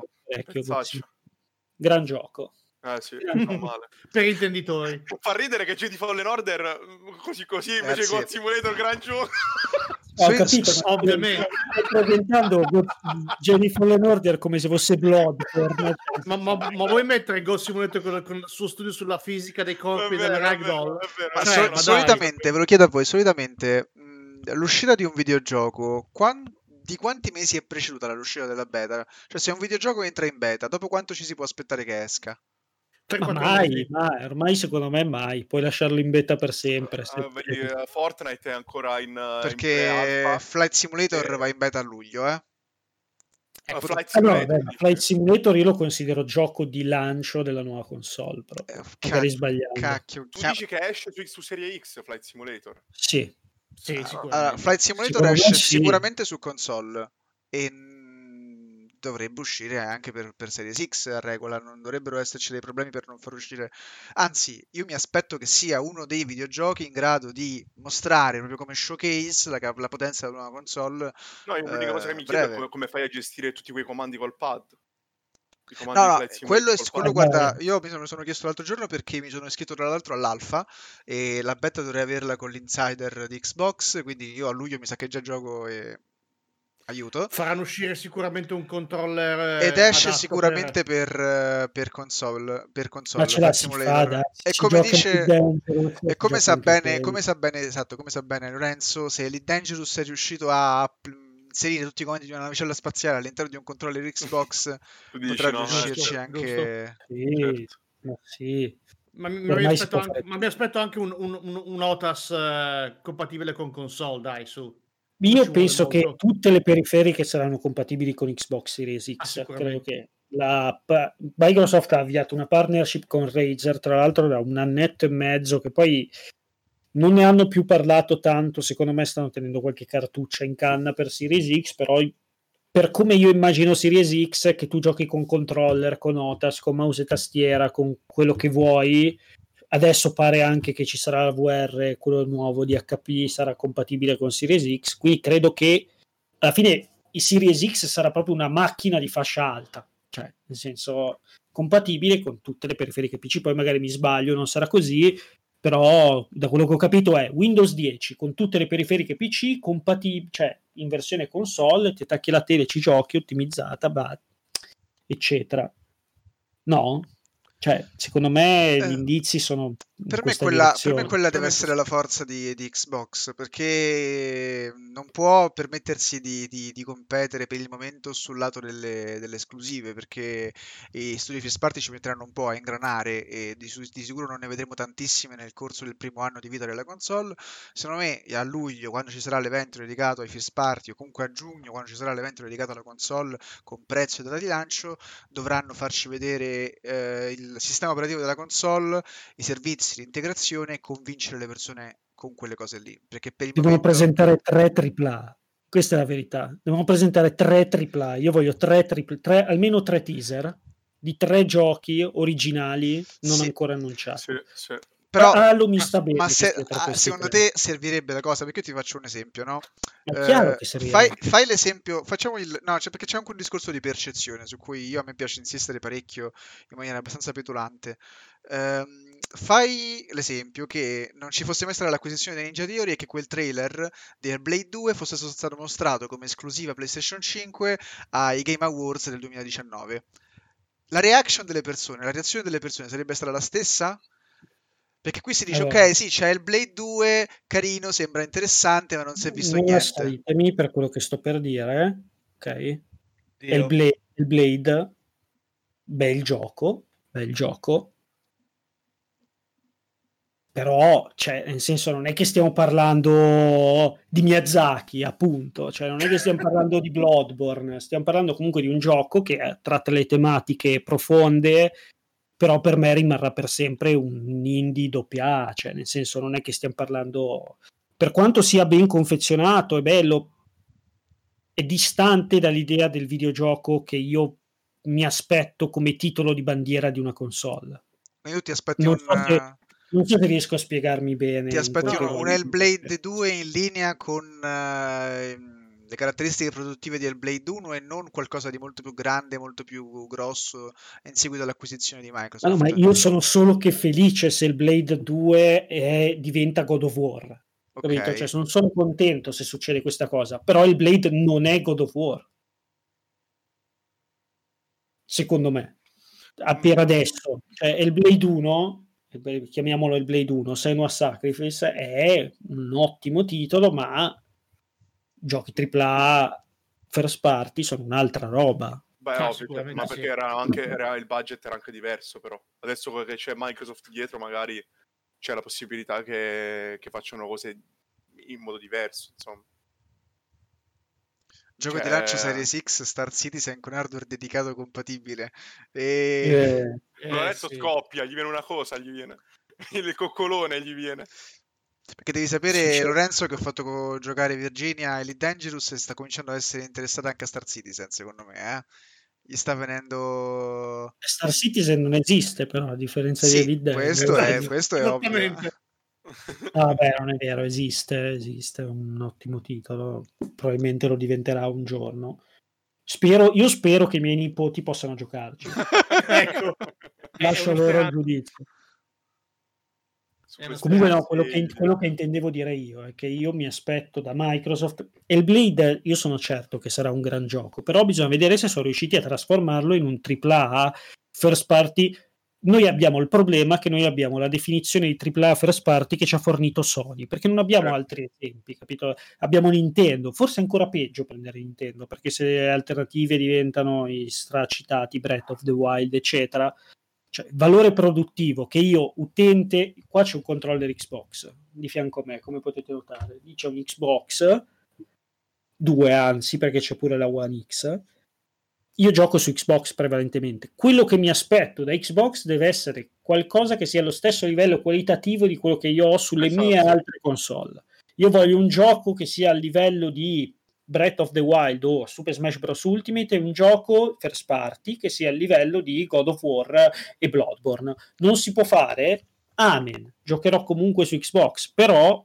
gran gioco. Sì, non male. Per i intenditori. Fa ridere che Jedi Fallen Order così invece Goat Simulator gran gioco. Ho capito, ovviamente. Stai presentando Jedi Fallen Order come se fosse Bloodborne. ma vuoi mettere Ghost Simulator con il suo studio sulla fisica dei corpi delle ragdoll? Solitamente, ve lo chiedo a voi, solitamente l'uscita di un videogioco di quanti mesi è preceduta l'uscita della beta? Cioè, se un videogioco entra in beta, dopo quanto ci si può aspettare che esca? Ma 3-4 mai, mesi. ormai secondo me mai. Puoi lasciarlo in beta per sempre. Vedi, Fortnite è ancora in Perché pre-alpha. Flight Simulator va in beta a luglio, Ecco, Flight Allora, Simulator, vabbè, Flight Simulator io lo considero gioco di lancio della nuova console proprio, magari sbagliando. Cacchio. tu dici che esce su Serie X Flight Simulator? Sì. Sì, Allora, sicuramente. Flight Simulator Secondo me esce sì. sicuramente su console e dovrebbe uscire anche per Series X a regola, non dovrebbero esserci dei problemi per non far uscire. Anzi, io mi aspetto che sia uno dei videogiochi in grado di mostrare proprio come showcase la potenza della nuova console. No, io l'unica cosa che mi chiedo è come fai a gestire tutti quei comandi col pad. I comandi di Flight Simulator quello col pad. guarda, io mi sono chiesto l'altro giorno perché mi sono iscritto tra l'altro all'alfa e la beta dovrei averla con l'insider di Xbox, quindi io a luglio mi sa che già gioco e aiuto. Faranno uscire sicuramente un controller Ed esce adatto sicuramente per console, Ma ce Flight la si fa, Simulator. dai. E Si come gioca dice, in Dangerous, e si come gioca sa anche bene, quello. come sa bene, esatto, come sa bene Lorenzo, se Elite Dangerous è riuscito a inserire tutti i comandi di una navicella spaziale all'interno di un controller Xbox, Tu dici, potrà no? riuscirci Giusto, anche. Sì, Certo. ma sì. Ma mi Ormai si aspetto può anche, fare ma mi aspetto anche un OTAS compatibile con console, dai, su. Non Io ci vuole penso che molto. tutte le periferiche saranno compatibili con Xbox Series X. Credo Sicuramente. che Microsoft ha avviato una partnership con Razer, tra l'altro da un annetto e mezzo, che poi non ne hanno più parlato tanto. Secondo me stanno tenendo qualche cartuccia in canna per Series X, però per come io immagino Series X, che tu giochi con controller, con OTAS, con mouse e tastiera, con quello che vuoi. Adesso pare anche che ci sarà la VR, quello nuovo di HP sarà compatibile con Series X, quindi credo che alla fine il Series X sarà proprio una macchina di fascia alta, cioè nel senso compatibile con tutte le periferiche PC, poi magari mi sbaglio, non sarà così, però da quello che ho capito è Windows 10 con tutte le periferiche PC compatibili, cioè in versione console, ti attacchi la tele, ci giochi, ottimizzata, eccetera. No? Cioè, secondo me gli indizi sono in Per me questa quella direzione. deve essere la forza di Xbox, perché non può permettersi di competere per il momento sul lato delle esclusive, perché i studi first party ci metteranno un po' a ingranare e di sicuro non ne vedremo tantissime nel corso del primo anno di vita della console. Secondo me a luglio, quando ci sarà l'evento dedicato ai first party, o comunque a giugno, quando ci sarà l'evento dedicato alla console con prezzo e data di lancio, dovranno farci vedere il sistema operativo della console, i servizi, l'integrazione e convincere le persone con quelle cose lì. Perché per il Devono momento presentare 3 AAA. Questa è la verità. Devono presentare 3 AAA. Io voglio almeno 3 teaser di 3 giochi originali non sì, ancora annunciati. Sì. Però, Halo mi sta bene. ma che stia tra questi secondo 3. te servirebbe la cosa? Perché io ti faccio un esempio, no? È chiaro che servirebbe. Fai l'esempio, facciamo no, cioè perché c'è anche un discorso di percezione su cui a me piace insistere parecchio in maniera abbastanza petulante. Fai l'esempio che non ci fosse mai stata l'acquisizione di Ninja Theory e che quel trailer di Hellblade 2 fosse stato mostrato come esclusiva PlayStation 5 ai Game Awards del 2019. La reazione delle persone sarebbe stata la stessa? Perché qui si dice, Allora, ok, sì, c'è il Blade 2, carino, sembra interessante, ma non si è visto non niente. assaltemi per quello che sto per dire, ok? È Dio. il Blade, bel gioco, però, cioè, nel senso, non è che stiamo parlando di Miyazaki, appunto, cioè, non è che stiamo parlando di Bloodborne, stiamo parlando comunque di un gioco che tratta le tematiche profonde, però per me rimarrà per sempre un indie AA, cioè, nel senso, non è che stiamo parlando, per quanto sia ben confezionato e bello, è distante dall'idea del videogioco che io mi aspetto come titolo di bandiera di una console. Io ti aspetti Non so se riesco a spiegarmi bene. un Hellblade 2 in linea con le caratteristiche produttive di Hellblade 1 e non qualcosa di molto più grande, molto più grosso in seguito all'acquisizione di Microsoft. Ma io sono solo che felice se il Blade 2 diventa God of War. Capito? Cioè, sono contento se succede questa cosa, però il Blade non è God of War. Secondo me. Per adesso. Cioè, il Blade 1, chiamiamolo il Blade 1, Senua's Sacrifice, è un ottimo titolo, ma giochi AAA first party sono un'altra roba. Beh, Ah, ovvio, sicuramente ma sì. perché il budget era anche diverso, però. Adesso che c'è Microsoft dietro, magari c'è la possibilità che facciano cose in modo diverso, insomma. Gioco di Cioè, lancio Series X Star Citizen con hardware dedicato compatibile. E... Lorenzo sì. scoppia, gli viene una cosa, gli viene. Il coccolone gli viene. Perché devi sapere, Succede. Lorenzo, che ho fatto giocare Virginia Elite Dangerous e sta cominciando ad essere interessata anche a Star Citizen, secondo me, eh? Gli sta venendo... Star Citizen non esiste, però, a differenza di Sì, Elite questo Dangerous. è ovvio. Esattamente. Vabbè, non è vero, esiste, è un ottimo titolo, probabilmente lo diventerà un giorno. Io spero che i miei nipoti possano giocarci. Ecco. Lascio una loro il speranza. giudizio. Su È una queste Comunque no, cose quello che intendevo dire io è che io mi aspetto da Microsoft, Hellblade io sono certo che sarà un gran gioco, però bisogna vedere se sono riusciti a trasformarlo in un AAA first party. Noi abbiamo il problema che noi abbiamo la definizione di AAA first party che ci ha fornito Sony, perché non abbiamo Certo. altri esempi, capito? Abbiamo Nintendo, forse è ancora peggio prendere Nintendo, perché se alternative diventano i stracitati Breath of the Wild, eccetera, cioè valore produttivo che io utente, qua c'è un controller Xbox di fianco a me, come potete notare, lì c'è un Xbox 2, anzi, perché c'è pure la One X. Io gioco su Xbox prevalentemente. Quello che mi aspetto da Xbox deve essere qualcosa che sia allo stesso livello qualitativo di quello che io ho sulle mie Esatto. altre console. Io voglio un gioco che sia a livello di Breath of the Wild o Super Smash Bros. Ultimate e un gioco first party che sia a livello di God of War e Bloodborne. Non si può fare? Amen. Giocherò comunque su Xbox, però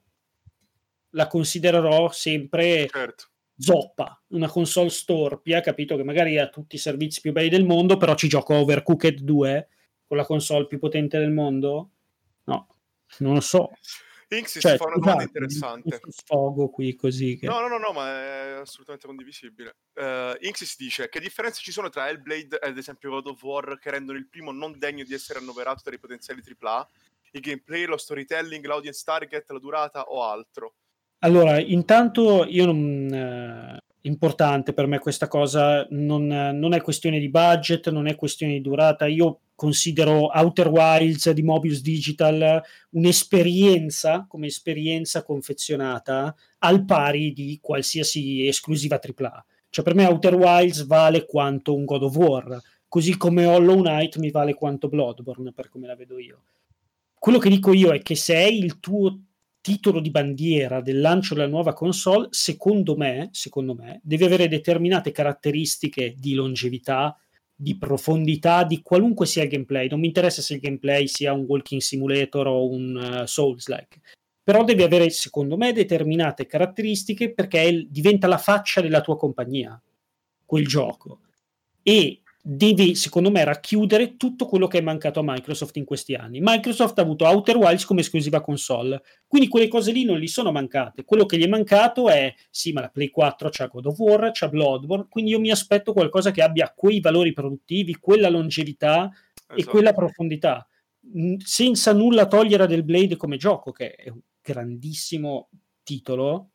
la considererò sempre Certo. zoppa, una console storpia, capito, che magari ha tutti i servizi più belli del mondo, però ci gioco a Overcooked 2 con la console più potente del mondo? No, non lo so. Inxis Cioè, fa una domanda scusate, interessante. questo sfogo qui così che... No, ma è assolutamente condivisibile. Inxis dice: che differenze ci sono tra Hellblade e ad esempio God of War che rendono il primo non degno di essere annoverato tra i potenziali AAA? Il gameplay, lo storytelling, l'audience target, la durata o altro? Allora, intanto io non... importante per me questa cosa, non è questione di budget, non è questione di durata. Io considero Outer Wilds di Mobius Digital un'esperienza, come esperienza confezionata, al pari di qualsiasi esclusiva AAA. Cioè per me Outer Wilds vale quanto un God of War, così come Hollow Knight mi vale quanto Bloodborne, per come la vedo io. Quello che dico io è che se è il tuo titolo di bandiera del lancio della nuova console, secondo me, deve avere determinate caratteristiche di longevità, di profondità, di qualunque sia il gameplay. Non mi interessa se il gameplay sia un walking simulator o un Souls-like, però deve avere, secondo me, determinate caratteristiche perché diventa la faccia della tua compagnia, quel gioco. E deve, secondo me, racchiudere tutto quello che è mancato a Microsoft in questi anni. Microsoft ha avuto Outer Wilds come esclusiva console, quindi quelle cose lì non gli sono mancate. Quello che gli è mancato è, sì, ma la Play 4 c'ha God of War, c'ha Bloodborne, quindi io mi aspetto qualcosa che abbia quei valori produttivi, quella longevità e quella profondità, senza nulla togliere del Blade come gioco, che è un grandissimo titolo,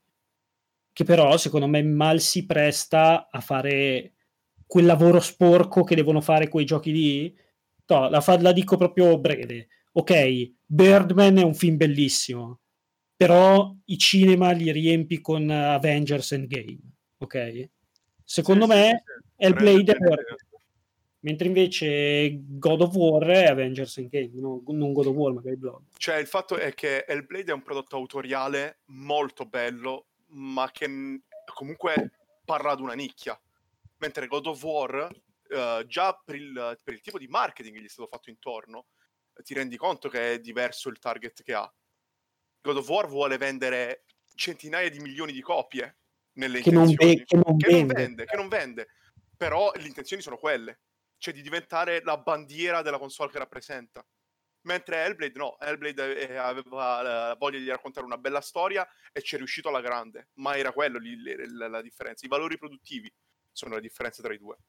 che però, secondo me, mal si presta a fare quel lavoro sporco che devono fare quei giochi lì. No, la dico proprio breve. Ok, Birdman è un film bellissimo, però i cinema li riempi con Avengers Endgame, ok? Secondo me Hellblade è Birdman, mentre invece God of War è Avengers Endgame, no, non God of War, magari Blood. Cioè, il fatto è che Hellblade è un prodotto autoriale molto bello, ma che comunque parla ad una nicchia. Mentre God of War, già per il tipo di marketing che gli è stato fatto intorno, ti rendi conto che è diverso il target che ha. God of War vuole vendere centinaia di milioni di copie nelle intenzioni. Che non vende. Però le intenzioni sono quelle. Cioè di diventare la bandiera della console che rappresenta. Mentre Hellblade no, Hellblade aveva la voglia di raccontare una bella storia e ci è riuscito alla grande, ma era quello lì la differenza. I valori produttivi sono la differenza tra i due.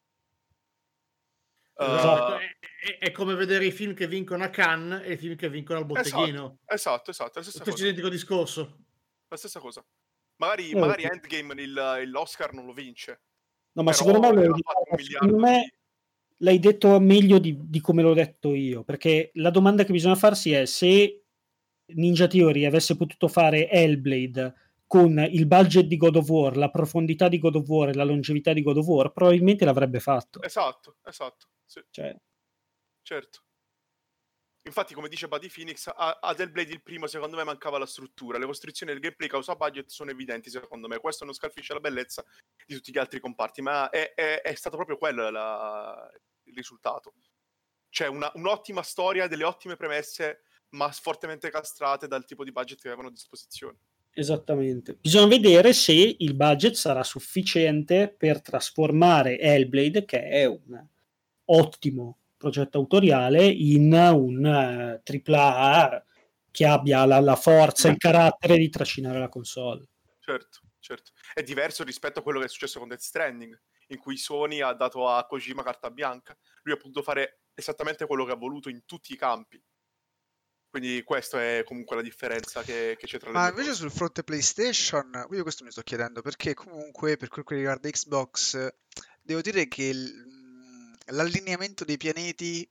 Esatto. È come vedere i film che vincono a Cannes e i film che vincono al botteghino. Esatto, la stessa Questo cosa. identico discorso. La stessa cosa. Magari Endgame l'Oscar non lo vince. No, ma Però secondo me aveva fatto un secondo miliardo me l'hai detto meglio di come l'ho detto io, perché la domanda che bisogna farsi è se Ninja Theory avesse potuto fare Hellblade con il budget di God of War, la profondità di God of War e la longevità di God of War, probabilmente l'avrebbe fatto. Esatto, sì. Cioè, Certo. Infatti, come dice Buddy Phoenix, a Hellblade il primo secondo me mancava la struttura. Le costrizioni del gameplay causa budget sono evidenti secondo me. Questo non scalfisce la bellezza di tutti gli altri comparti, ma è stato proprio quello il risultato. Cioè un'ottima storia, delle ottime premesse, ma fortemente castrate dal tipo di budget che avevano a disposizione. esattamente. Bisogna vedere se il budget sarà sufficiente per trasformare Hellblade, che è un ottimo progetto autoriale, in un AAA che abbia la forza e il carattere di trascinare la console. Certo. È diverso rispetto a quello che è successo con Death Stranding, in cui Sony ha dato a Kojima carta bianca. Lui ha potuto fare esattamente quello che ha voluto in tutti i campi. Quindi questa è comunque la differenza che c'è tra le Ma due invece cose. sul fronte PlayStation, io questo mi sto chiedendo, perché comunque per quel che riguarda Xbox, devo dire che l'allineamento dei pianeti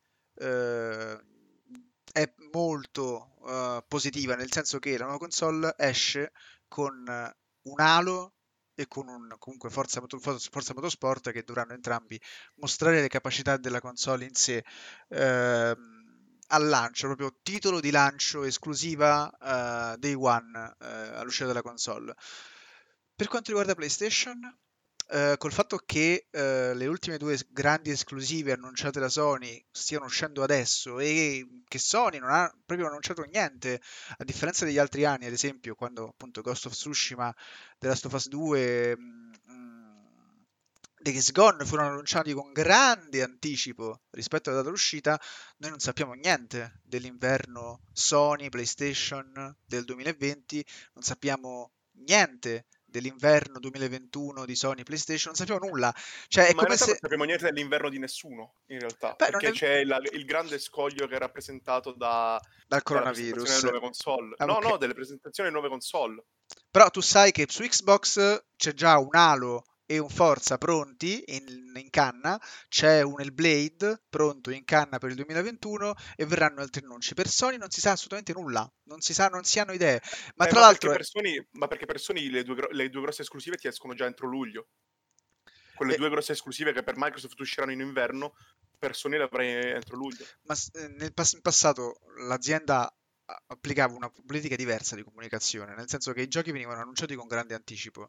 è molto positiva, nel senso che la nuova console esce con un Halo e con un comunque Forza Motorsport che dovranno entrambi mostrare le capacità della console in sé. Al lancio, proprio titolo di lancio esclusiva Day One all'uscita della console. Per quanto riguarda PlayStation, col fatto che le ultime due grandi esclusive annunciate da Sony stiano uscendo adesso e che Sony non ha proprio annunciato niente, a differenza degli altri anni, ad esempio quando appunto Ghost of Tsushima, The Last of Us 2, Days Gone furono annunciati con grande anticipo rispetto alla data d'uscita, noi non sappiamo niente dell'inverno Sony PlayStation del 2020, non sappiamo niente dell'inverno 2021 di Sony PlayStation, non sappiamo nulla. Cioè, è Ma in come realtà non se... sappiamo niente dell'inverno di nessuno, in realtà, Beh, non perché è... c'è il grande scoglio che è rappresentato dalla presentazione coronavirus. delle nuove console. Ah, No, ok. delle presentazioni delle nuove console. Però tu sai che su Xbox c'è già un Halo e un Forza pronti in canna, c'è un Hellblade pronto in canna per il 2021 e verranno altri annunci. Per Sony non si sa assolutamente nulla, non si hanno idee. Ma tra l'altro... perché per Sony le due grosse esclusive ti escono già entro luglio. Quelle due grosse esclusive che per Microsoft usciranno in inverno, per Sony le avrai entro luglio. Ma in passato l'azienda applicava una politica diversa di comunicazione, nel senso che i giochi venivano annunciati con grande anticipo.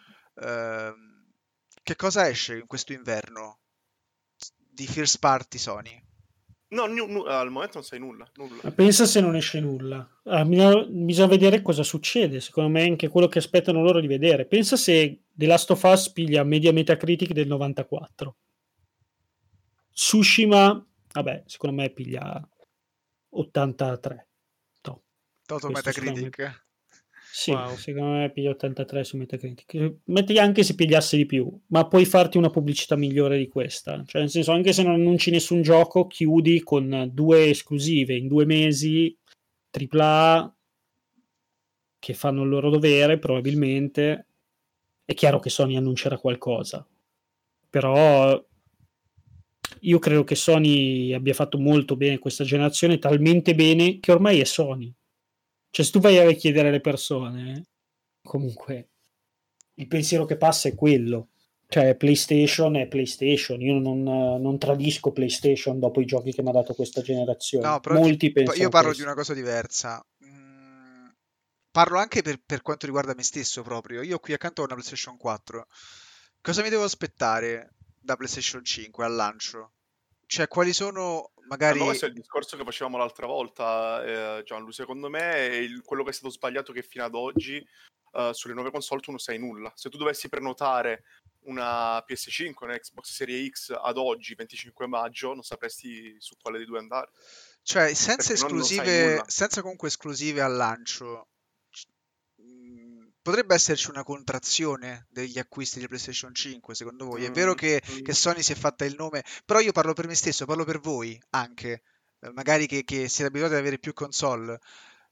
Che cosa esce in questo inverno di first party Sony? No, al momento non sai nulla. Ma pensa se non esce nulla. Bisogna vedere cosa succede. Secondo me è anche quello che aspettano loro di vedere. Pensa se The Last of Us piglia media Metacritic del 94. Tsushima, vabbè, secondo me piglia 83. Toto Metacritic. Sì, wow. Secondo me piglia 83 su Metacritic. Metti anche se pigliasse di più, ma puoi farti una pubblicità migliore di questa. Cioè, nel senso, anche se non annunci nessun gioco, chiudi con 2 esclusive in 2 mesi, AAA, che fanno il loro dovere, probabilmente. È chiaro che Sony annuncerà qualcosa, però io credo che Sony abbia fatto molto bene questa generazione, talmente bene che ormai è Sony. Cioè, se tu vai a chiedere alle persone, comunque il pensiero che passa è quello. Cioè, PlayStation è PlayStation. Io non tradisco PlayStation dopo i giochi che mi ha dato questa generazione. No, però molti pensano io parlo questo. di una cosa diversa. Parlo anche per quanto riguarda me stesso proprio. Io qui accanto ho una PlayStation 4. Cosa mi devo aspettare da PlayStation 5 al lancio? Cioè, quali sono magari... Ma questo è il discorso che facevamo l'altra volta, Gianlu. Secondo me è quello che è stato sbagliato che fino ad oggi sulle nuove console tu non sai nulla. Se tu dovessi prenotare una PS5, una Xbox Series X ad oggi, 25 maggio, non sapresti su quale dei due andare. Cioè, senza Perché non sai esclusive, nulla. senza comunque esclusive al lancio, potrebbe esserci una contrazione degli acquisti di PlayStation 5, secondo voi? È vero che Sony si è fatta il nome, però io parlo per me stesso, parlo per voi anche, magari che siete abituati ad avere più console.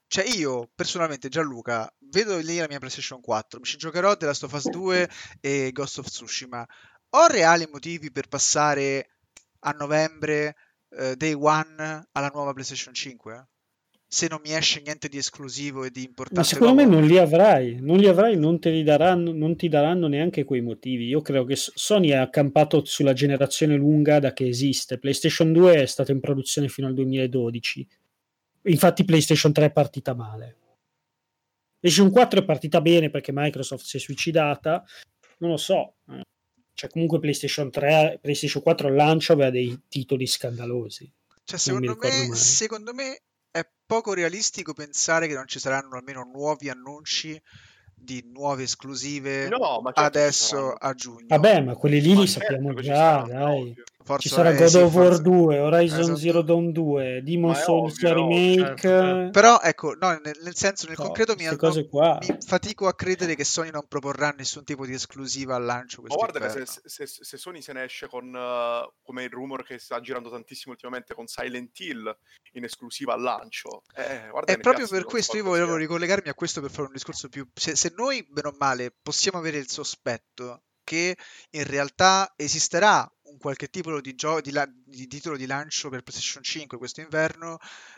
Cioè io, personalmente, Gianluca, vedo lì la mia PlayStation 4, mi ci giocherò The Last of Us 2 e Ghost of Tsushima. Ho reali motivi per passare a novembre, Day One, alla nuova PlayStation 5? Se non mi esce niente di esclusivo e di Ma importante secondo me nuovo? non li avrai, non te li daranno, non ti daranno neanche quei motivi. Io credo che Sony ha accampato sulla generazione lunga da che esiste. PlayStation 2 è stata in produzione fino al 2012. Infatti PlayStation 3 è partita male. PlayStation 4 è partita bene perché Microsoft si è suicidata. Non lo so. Cioè comunque PlayStation 3, PlayStation 4 al lancio aveva dei titoli scandalosi. Cioè, Non mi ricordo mai. secondo me è poco realistico pensare che non ci saranno almeno nuovi annunci di nuove esclusive No, ma certo ci adesso saranno. a giugno. Vabbè, ma quelli lì Ma li certo sappiamo che ci già, saranno, dai. ovvio. Ci Forza, sarà God sì, of War forza. 2, Horizon Esatto. Zero Dawn 2, Demon Ma è Souls ovvio, è ovvio. Remake, Certo. Però ecco, no, nel senso, nel so, concreto queste cose qua. mi fatico a credere che Sony non proporrà nessun tipo di esclusiva al lancio Ma guarda che quest'inverno. se Sony se ne esce con, come il rumor che sta girando tantissimo ultimamente, con Silent Hill in esclusiva al lancio, guarda È che ne proprio piazza per di questo io qualcosa, volevo ricollegarmi a questo per fare un discorso più... Se noi, bene o male, possiamo avere il sospetto che in realtà esisterà un qualche tipo di titolo di lancio per PlayStation 5 questo inverno,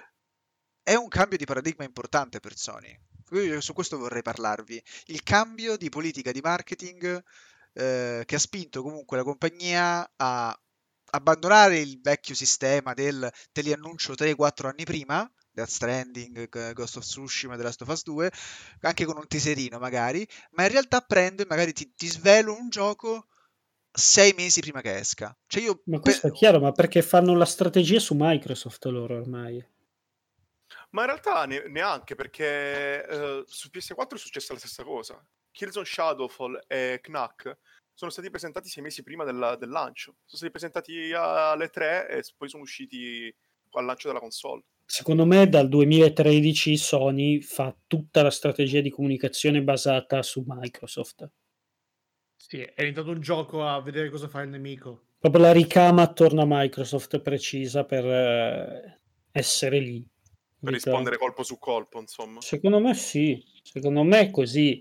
è un cambio di paradigma importante per Sony. Io su questo vorrei parlarvi. Il cambio di politica di marketing che ha spinto comunque la compagnia a abbandonare il vecchio sistema del te li annuncio 3-4 anni prima, Death Stranding, Ghost of Tsushima, The Last of Us 2, anche con un teaserino magari, ma in realtà prendo e magari ti svelo un gioco 6 mesi prima che esca. Cioè io Ma questo è chiaro, ma perché fanno la strategia su Microsoft loro ormai. Ma in realtà neanche, perché su PS4 è successa la stessa cosa. Killzone Shadowfall e Knack sono stati presentati 6 mesi prima del lancio. Sono stati presentati alle 3 e poi sono usciti al lancio della console. Secondo me dal 2013 Sony fa tutta la strategia di comunicazione basata su Microsoft. Sì, è diventato un gioco a vedere cosa fa il nemico. Proprio la ricama attorno a Microsoft precisa per essere lì. Per capito? rispondere colpo su colpo, insomma. Secondo me sì, secondo me è così.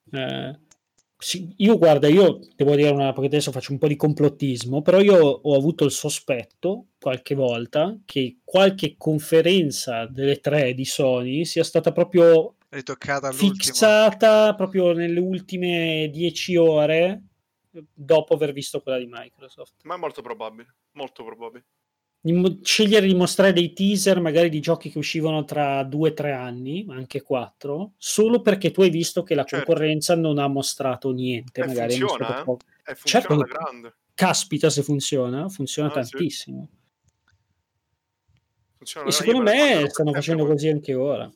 Io guarda, io devo dire perché adesso faccio un po' di complottismo, però io ho avuto il sospetto qualche volta che qualche conferenza delle 3 di Sony sia stata proprio ritoccata all'ultimo. fissata proprio nelle ultime 10 ore dopo aver visto quella di Microsoft. Ma è molto probabile, molto probabile. Scegliere di mostrare dei teaser magari di giochi che uscivano tra 2-3 anni, anche 4, solo perché tu hai visto che la Certo. concorrenza non ha mostrato niente, E magari ha mostrato funziona, poco. E funziona Certo alla che grande. caspita se funziona Sì. tantissimo. Funziona E alla grande. secondo Io me lo me ricorderò stanno per sempre facendo così anche ora.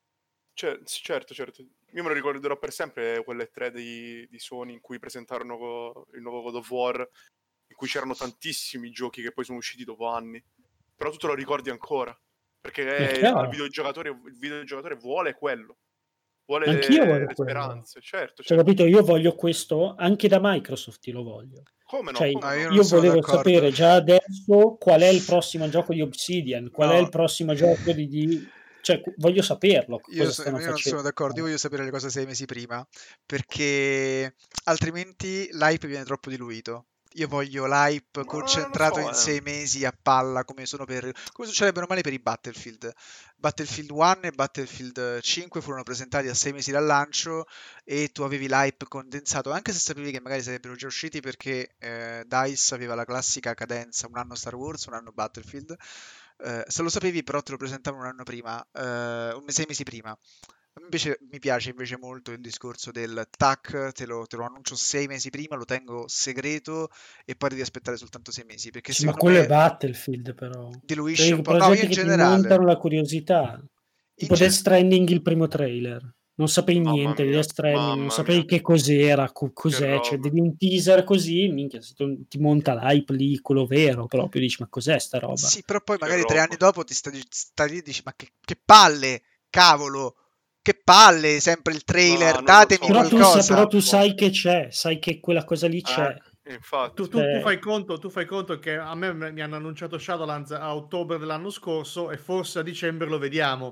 Certo. Io me lo ricorderò per sempre quelle 3 di Sony in cui presentarono il nuovo God of War, in cui c'erano tantissimi giochi che poi sono usciti dopo anni. Però tu te lo ricordi ancora, perché il videogiocatore vuole quello. Vuole Anch'io voglio le quello. speranze, certo. Cioè, capito? Io voglio questo anche da Microsoft, lo voglio. Come no? Cioè, No, io non io sono volevo d'accordo. sapere già adesso qual è il prossimo gioco di Obsidian, qual è No. il prossimo gioco di... Cioè, voglio saperlo cosa stanno Io non sono facendo. d'accordo, io voglio sapere le cose 6 mesi prima, perché altrimenti l'hype viene troppo diluito. Io voglio l'hype Ma non lo concentrato so, in 6 mesi a palla, come succede male per i Battlefield. Battlefield 1 e Battlefield 5 furono presentati a 6 mesi dal lancio e tu avevi l'hype condensato, anche se sapevi che magari sarebbero già usciti perché DICE aveva la classica cadenza, un anno Star Wars, un anno Battlefield. Se lo sapevi però te lo presentavano un anno prima, 6 mesi prima. A me invece mi piace invece molto il discorso del tac, te lo annuncio 6 mesi prima, lo tengo segreto e poi devi aspettare soltanto 6 mesi. Perché Sì, ma secondo quello è me Battlefield però. diluisce Cioè, un i po'. No, io progetti in che ti generale. montano la curiosità. In Tipo Death gen- Stranding il primo trailer. Non sapevi Mamma niente di mia, Death Stranding, non mamma sapevi mia, che cos'era, che cos'è, cioè roba. devi un teaser così, minchia, se ti monta l'hype lì, quello vero proprio, dici ma cos'è sta roba? Sì, però poi Che magari 3 anni roba. dopo ti stai lì e dici: Ma che palle, cavolo, che palle, sempre il trailer, Ma non lo datemi so, Però qualcosa. tu sai che c'è, sai che quella cosa lì c'è. Infatti. Tu Cioè, fai conto che a me mi hanno annunciato Shadowlands a ottobre dell'anno scorso e forse a dicembre lo vediamo.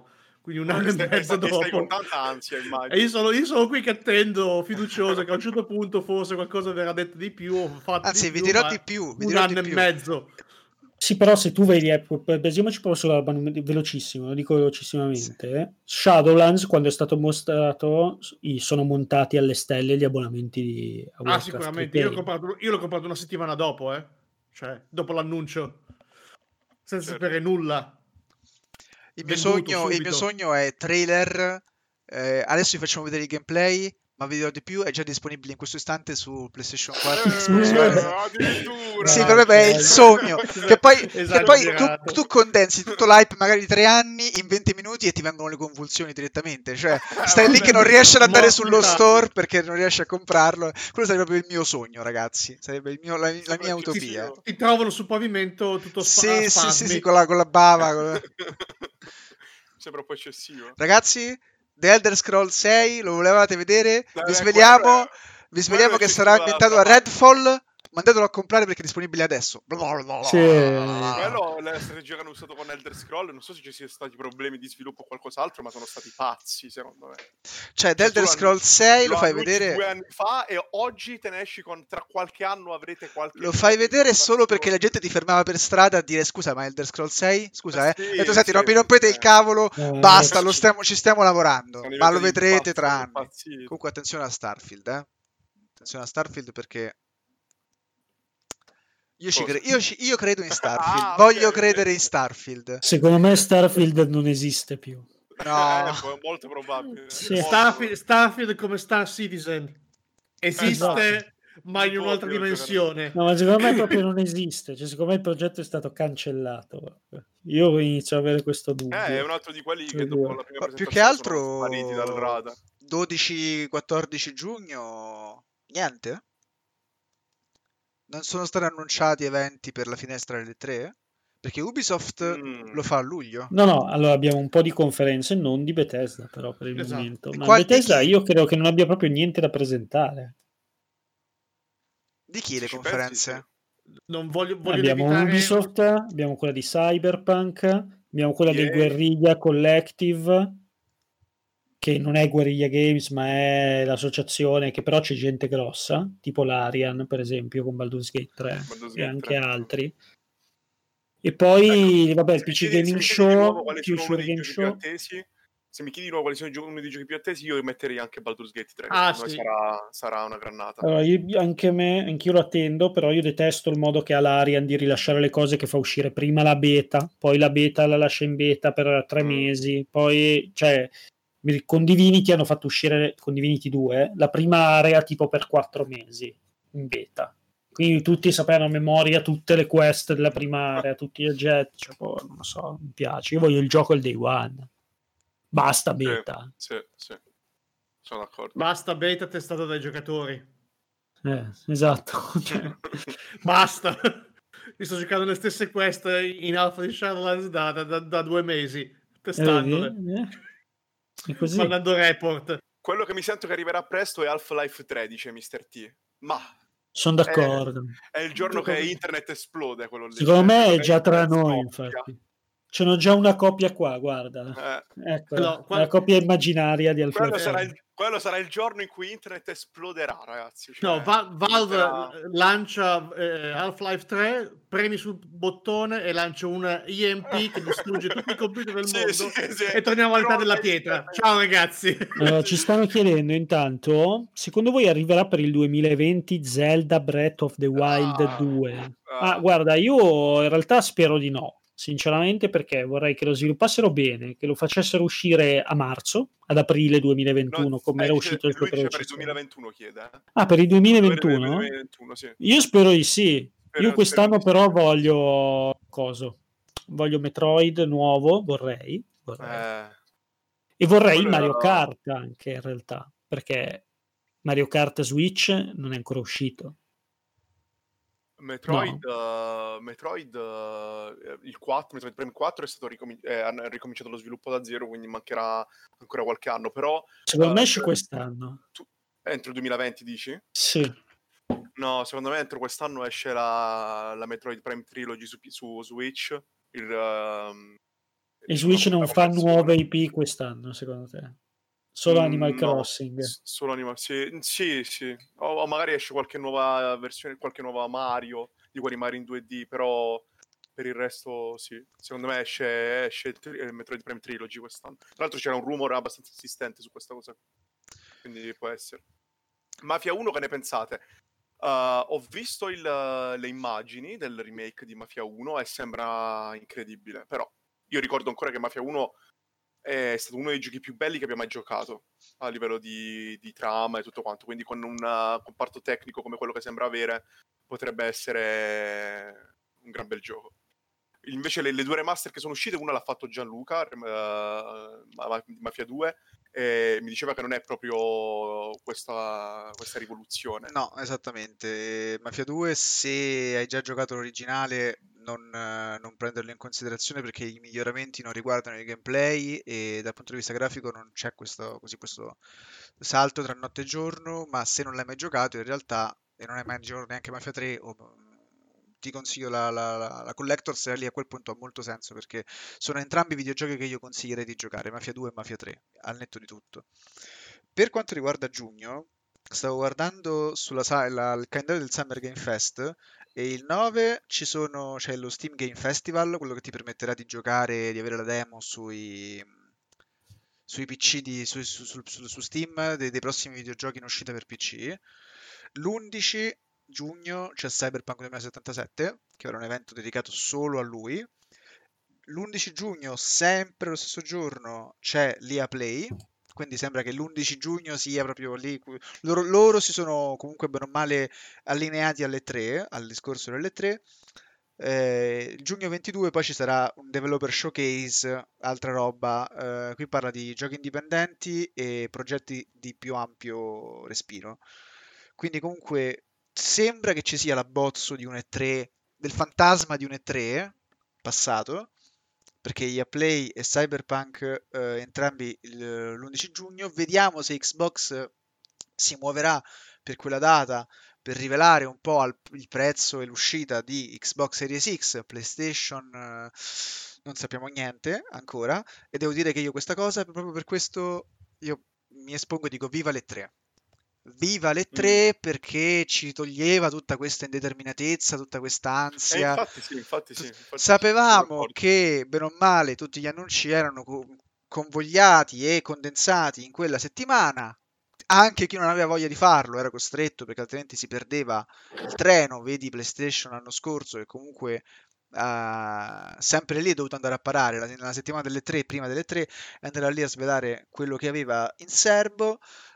quindi un anno e mezzo dopo. Stai con tanta ansia, immagino. E io sono qui che attendo, fiducioso, che a un certo punto forse qualcosa verrà detto di più, o fatto Anzi, di vi più, dirò ma di più, vi un dirò anno di e più. mezzo. Sì, però se tu vedi, basiamoci proprio sulla velocissimo, lo dico velocissimamente. Shadowlands, quando è stato mostrato, sono montati alle stelle gli abbonamenti di Warcraft Sicuramente. Io Retail. l'ho comprato una settimana dopo, cioè dopo l'annuncio, senza Certo. sapere nulla. Il mio Venduto sogno è trailer. Adesso vi facciamo vedere il gameplay, ma vi dirò di più. È già disponibile in questo istante su PlayStation 4 e Xbox One. Addirittura. Sì, proprio è il sogno. Che poi Esagerato. tu condensi tutto l'hype magari di 3 anni in 20 minuti e ti vengono le convulsioni direttamente. Cioè, stai lì vabbè, che non riesci ad andare morto sullo totale. store perché non riesci a comprarlo. Quello sarebbe proprio il mio sogno, ragazzi. Sarebbe la mia utopia. Ti trovano sul pavimento tutto Sì, spasmi. con la bava. Sembra un po' eccessivo. Ragazzi, The Elder Scrolls 6 lo volevate vedere? Dai, Vi dai, sveliamo quello è che sarà eccessivo ambientato da a parte. Redfall. Mandatelo a comprare perché è disponibile adesso. Sì. Quello, la strategia che hanno usato con Elder Scroll, non so se ci siano stati problemi di sviluppo o qualcos'altro, ma sono stati pazzi, secondo me. Cioè, The Elder Scrolls 6 lo fai vedere. 2 anni fa e oggi te ne esci con tra qualche anno avrete qualche. Lo fai vedere solo perché la gente ti fermava per strada a dire scusa, ma Elder Scrolls 6? Scusa, Sì, E tu senti, sì, non mi rompete il cavolo, No, basta, ragazzi, ci stiamo lavorando. Sono Ma lo diventati vedrete tra pazzi, anni. impazziti. Comunque attenzione a Starfield, Attenzione a Starfield perché io credo in Starfield. Ah, Voglio ok. credere in Starfield. secondo me Starfield non esiste più. No. Molto probabile. Sì. Starfield come Star Citizen esiste, ma in un'altra dimensione. No, ma secondo me proprio non esiste. Cioè, secondo me il progetto è stato cancellato. Io inizio a avere questo dubbio. È un altro di quelli che dopo la prima Più che presentazione sono spariti dal altro radar. 12-14 giugno niente? Non sono stati annunciati eventi per la finestra delle 3? Perché Ubisoft lo fa a luglio. No, allora abbiamo un po' di conferenze, non di Bethesda però per il Esatto. momento. Ma Di Bethesda chi? io credo che non abbia proprio niente da presentare. Di chi Se le ci conferenze? pensi, Non voglio Abbiamo evitare... Ubisoft, abbiamo quella di Cyberpunk, abbiamo quella del EA. Guerriglia Collective, che non è Guerriglia Games, ma è l'associazione che però c'è gente grossa, tipo l'Arian, per esempio, con Baldur's Gate 3 Baldur's e Gate anche 3. altri. E poi, vabbè, il Se mi PC chiedi Gaming di nuovo Show, quali sono uno Future dei Game giochi più Show. attesi, se mi chiedi di nuovo quali sono uno dei giochi più attesi, io metterei anche Baldur's Gate 3, che Ah, secondo sì. me sarà una grannata. Allora, anch'io lo attendo, però io detesto il modo che ha l'Arian di rilasciare le cose, che fa uscire prima la beta, poi la beta la lascia in beta per 3 mesi, poi, cioè, con Divinity hanno fatto uscire, con Divinity 2, la prima area tipo per 4 mesi in beta. Quindi tutti sapevano a memoria tutte le quest della prima area, tutti gli oggetti, cioè, non lo so, mi piace. Io voglio il gioco il day one. Basta beta. Sì, sono d'accordo. Basta beta testato dai giocatori. Esatto. Cioè, basta. Mi sto giocando le stesse quest in Alpha di Shadowlands da 2 mesi, testandole. È così. Mandando report. Quello che mi sento che arriverà presto è Half-Life 3, dice Mr. T. Ma sono d'accordo. È il giorno che internet esplode, quello lì. Secondo me è già tra noi, infatti. Ce n'ho già una copia qua, guarda. Ecco, la copia immaginaria di Half-Life. Quello sarà il giorno in cui internet esploderà, ragazzi. Cioè, no, Valve lancia Half-Life 3, premi sul bottone e lancia un EMP che distrugge tutti i computer del mondo e torniamo all'età della pietra. Ciao ragazzi. Ci stanno chiedendo intanto, secondo voi arriverà per il 2020 Zelda Breath of the Wild 2? Guarda, io in realtà spero di no. Sinceramente, perché vorrei che lo sviluppassero bene, che lo facessero uscire a marzo, ad aprile 2021, come era uscito il lui dice per il Processore. 2021 chiede. Per il 2021? 2021 sì. Io spero di sì. Io quest'anno però voglio voglio Metroid nuovo, vorrei. E vorrei Mario Kart anche, in realtà, perché Mario Kart Switch non è ancora uscito. Metroid il 4, Metroid Prime 4 è stato hanno ricominciato lo sviluppo da zero, quindi mancherà ancora qualche anno, però secondo me esce quest'anno. Entro il 2020 dici? Sì. No, secondo me entro quest'anno esce la Metroid Prime Trilogy su Switch, E Switch non fa nuove IP quest'anno, secondo te? Solo Animal Crossing? Solo Animal, sì. O magari esce qualche nuova versione, qualche nuova Mario, di quelli Mario in 2D, però per il resto sì. Secondo me esce il Metroid Prime Trilogy quest'anno. Tra l'altro c'era un rumore abbastanza insistente su questa cosa, quindi può essere. Mafia 1, che ne pensate? Ho visto le immagini del remake di Mafia 1 e sembra incredibile, però io ricordo ancora che Mafia 1 è stato uno dei giochi più belli che abbia mai giocato a livello di trama e tutto quanto, quindi con un comparto tecnico come quello che sembra avere potrebbe essere un gran bel gioco. Invece le due remaster che sono uscite, una l'ha fatto Gianluca, Mafia 2, e mi diceva che non è proprio questa rivoluzione. No, esattamente. Mafia 2, se hai già giocato l'originale, non prenderlo in considerazione perché i miglioramenti non riguardano il gameplay e dal punto di vista grafico non c'è questo salto tra notte e giorno, ma se non l'hai mai giocato in realtà, e non hai mai giocato neanche Mafia 3, ti consiglio la Collector's, e lì a quel punto ha molto senso perché sono entrambi videogiochi che io consiglierei di giocare, Mafia 2 e Mafia 3, al netto di tutto. Per quanto riguarda giugno, stavo guardando il calendario del Summer Game Fest e il 9 c'è lo Steam Game Festival, quello che ti permetterà di giocare, di avere la demo sui PC, su Steam dei prossimi videogiochi in uscita per PC. L'11 giugno c'è Cyberpunk 2077, che era un evento dedicato solo a lui. L'11 giugno, sempre lo stesso giorno, c'è l'EA Play, quindi sembra che l'11 giugno sia proprio lì. Loro si sono comunque bene o male allineati alle 3, al discorso delle 3. Il giugno 22 poi ci sarà un developer showcase, altra roba. Qui parla di giochi indipendenti e progetti di più ampio respiro. Quindi comunque sembra che ci sia l'abbozzo di un E3, del fantasma di un E3 passato, perché EA Play e Cyberpunk entrambi l'11 giugno. Vediamo se Xbox si muoverà per quella data per rivelare un po' il prezzo e l'uscita di Xbox Series X, PlayStation, non sappiamo niente ancora, e devo dire che io questa cosa, proprio per questo, io mi espongo e dico viva le 3. Viva le 3 perché ci toglieva tutta questa indeterminatezza, tutta questa ansia. Infatti sì. Sapevamo che, bene o male, tutti gli annunci erano convogliati e condensati in quella settimana. Anche chi non aveva voglia di farlo era costretto perché altrimenti si perdeva il treno. Vedi PlayStation l'anno scorso che comunque sempre lì è dovuto andare a parare nella settimana delle 3, prima delle 3, e andare lì a svelare quello che aveva in serbo.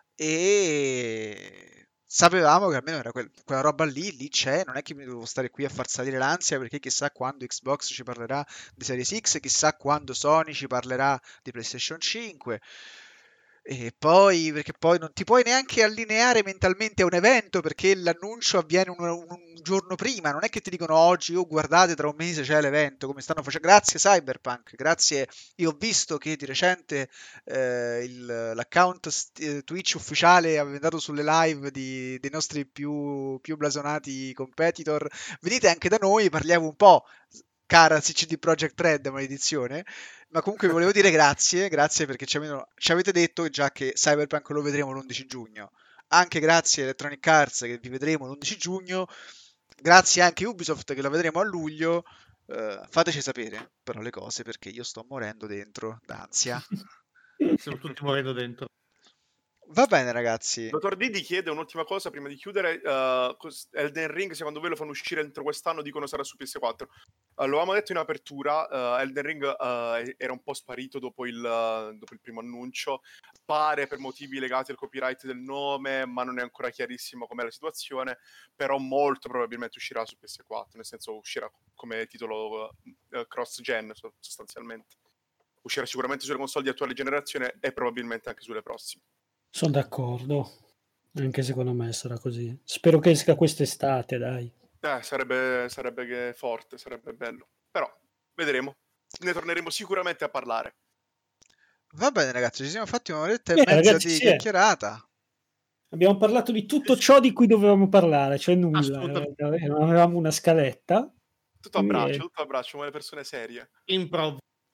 E sapevamo che almeno era quella roba lì c'è, non è che mi devo stare qui a far salire l'ansia perché chissà quando Xbox ci parlerà di Series X, chissà quando Sony ci parlerà di PlayStation 5. E poi, perché poi non ti puoi neanche allineare mentalmente a un evento perché l'annuncio avviene un giorno prima, non è che ti dicono oggi, oh guardate tra un mese c'è l'evento, come stanno facendo. Grazie Cyberpunk, grazie. Io ho visto che di recente l'account Twitch ufficiale aveva andato sulle live dei nostri più blasonati competitor. Venite anche da noi, parliamo un po'. Cara CD Projekt Red, maledizione. Ma comunque vi volevo dire grazie perché ci avete detto già che Cyberpunk lo vedremo l'11 giugno. Anche grazie a Electronic Arts che vi vedremo l'11 giugno. Grazie anche a Ubisoft che lo vedremo a luglio. Fateci sapere però le cose perché io sto morendo dentro d'ansia. Stiamo tutti morendo dentro. Va bene ragazzi. Dottor Didi chiede un'ultima cosa prima di chiudere. Elden Ring secondo voi lo fanno uscire entro quest'anno? Dicono sarà su PS4. Lo avevamo detto in apertura, Elden Ring era un po' sparito dopo il primo annuncio. Pare per motivi legati al copyright del nome, ma non è ancora chiarissimo com'è la situazione. Però molto probabilmente uscirà su PS4, nel senso uscirà come titolo cross-gen sostanzialmente. Uscirà sicuramente sulle console di attuale generazione e probabilmente anche sulle prossime. Sono d'accordo, anche secondo me sarà così. Spero che esca quest'estate, dai. Sarebbe che forte, sarebbe bello. Però, vedremo. Ne torneremo sicuramente a parlare. Va bene ragazzi, ci siamo fatti un'oretta e mezza ragazzi, di chiacchierata. Abbiamo parlato di tutto ciò di cui dovevamo parlare, cioè nulla. Non avevamo una scaletta. Tutto a braccio, come le persone serie. Improv.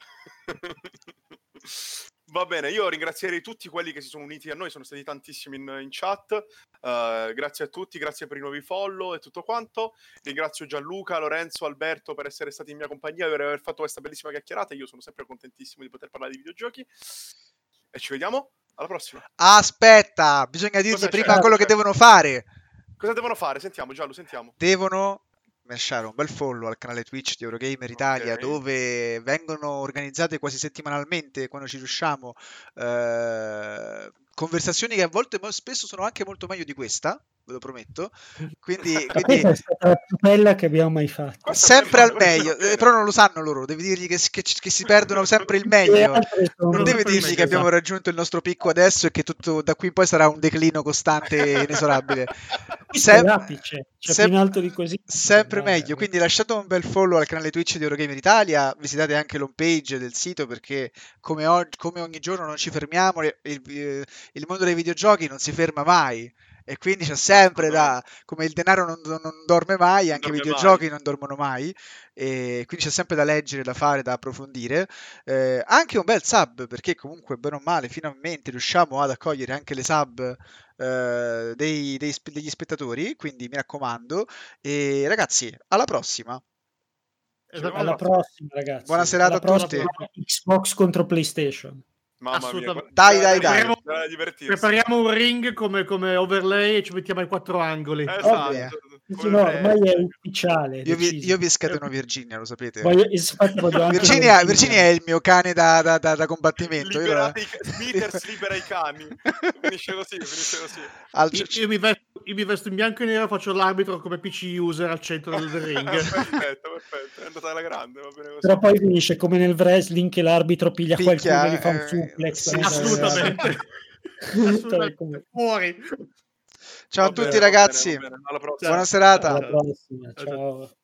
Va bene, io ringrazierei tutti quelli che si sono uniti a noi, sono stati tantissimi in chat, grazie a tutti, grazie per i nuovi follow e tutto quanto, ringrazio Gianluca, Lorenzo, Alberto per essere stati in mia compagnia e per aver fatto questa bellissima chiacchierata, io sono sempre contentissimo di poter parlare di videogiochi e ci vediamo alla prossima. Aspetta, bisogna dirgli prima quello che devono fare. Cosa devono fare? Sentiamo, Gianlu, sentiamo. Devono lasciare un bel follow al canale Twitch di Eurogamer Italia, dove vengono organizzate quasi settimanalmente, quando ci riusciamo, conversazioni che a volte spesso sono anche molto meglio di questa, ve lo prometto. Quindi è stata la più bella che abbiamo mai fatto. Sempre al meglio, però non lo sanno loro, devi dirgli che si perdono sempre il meglio. Non devi dirgli che abbiamo raggiunto il nostro picco adesso e che tutto da qui in poi sarà un declino costante e inesorabile. Più in alto di così. Sempre meglio, quindi lasciate un bel follow al canale Twitch di Eurogamer Italia, visitate anche l'home page del sito perché come ogni giorno non ci fermiamo, il mondo dei videogiochi non si ferma mai. E quindi c'è sempre come il denaro non dorme mai, anche i videogiochi non dormono mai, e quindi c'è sempre da leggere, da fare, da approfondire, anche un bel sub, perché comunque bene o male finalmente riusciamo ad accogliere anche le sub degli spettatori, quindi mi raccomando, e ragazzi, alla prossima. Alla prossima, ragazzi. Buona serata a tutti. Xbox contro PlayStation. Mamma mia, dai. Prepariamo un ring come overlay e ci mettiamo ai 4 angoli. Esatto. No, ormai è ufficiale. Io vi scateno Virginia, lo sapete. Virginia è il mio cane da combattimento. Smithers libera i cani. Finisce così. Io mi vesto in bianco e nero, faccio l'arbitro come PC user al centro del ring. Perfetto, è andata alla grande, va bene così. Però poi finisce come nel wrestling che l'arbitro piglia qualcuno e gli fa un suplex. Sì, assolutamente. Fuori. Ciao a tutti ragazzi, va bene. Alla prossima. Buona serata. Alla prossima. Ciao.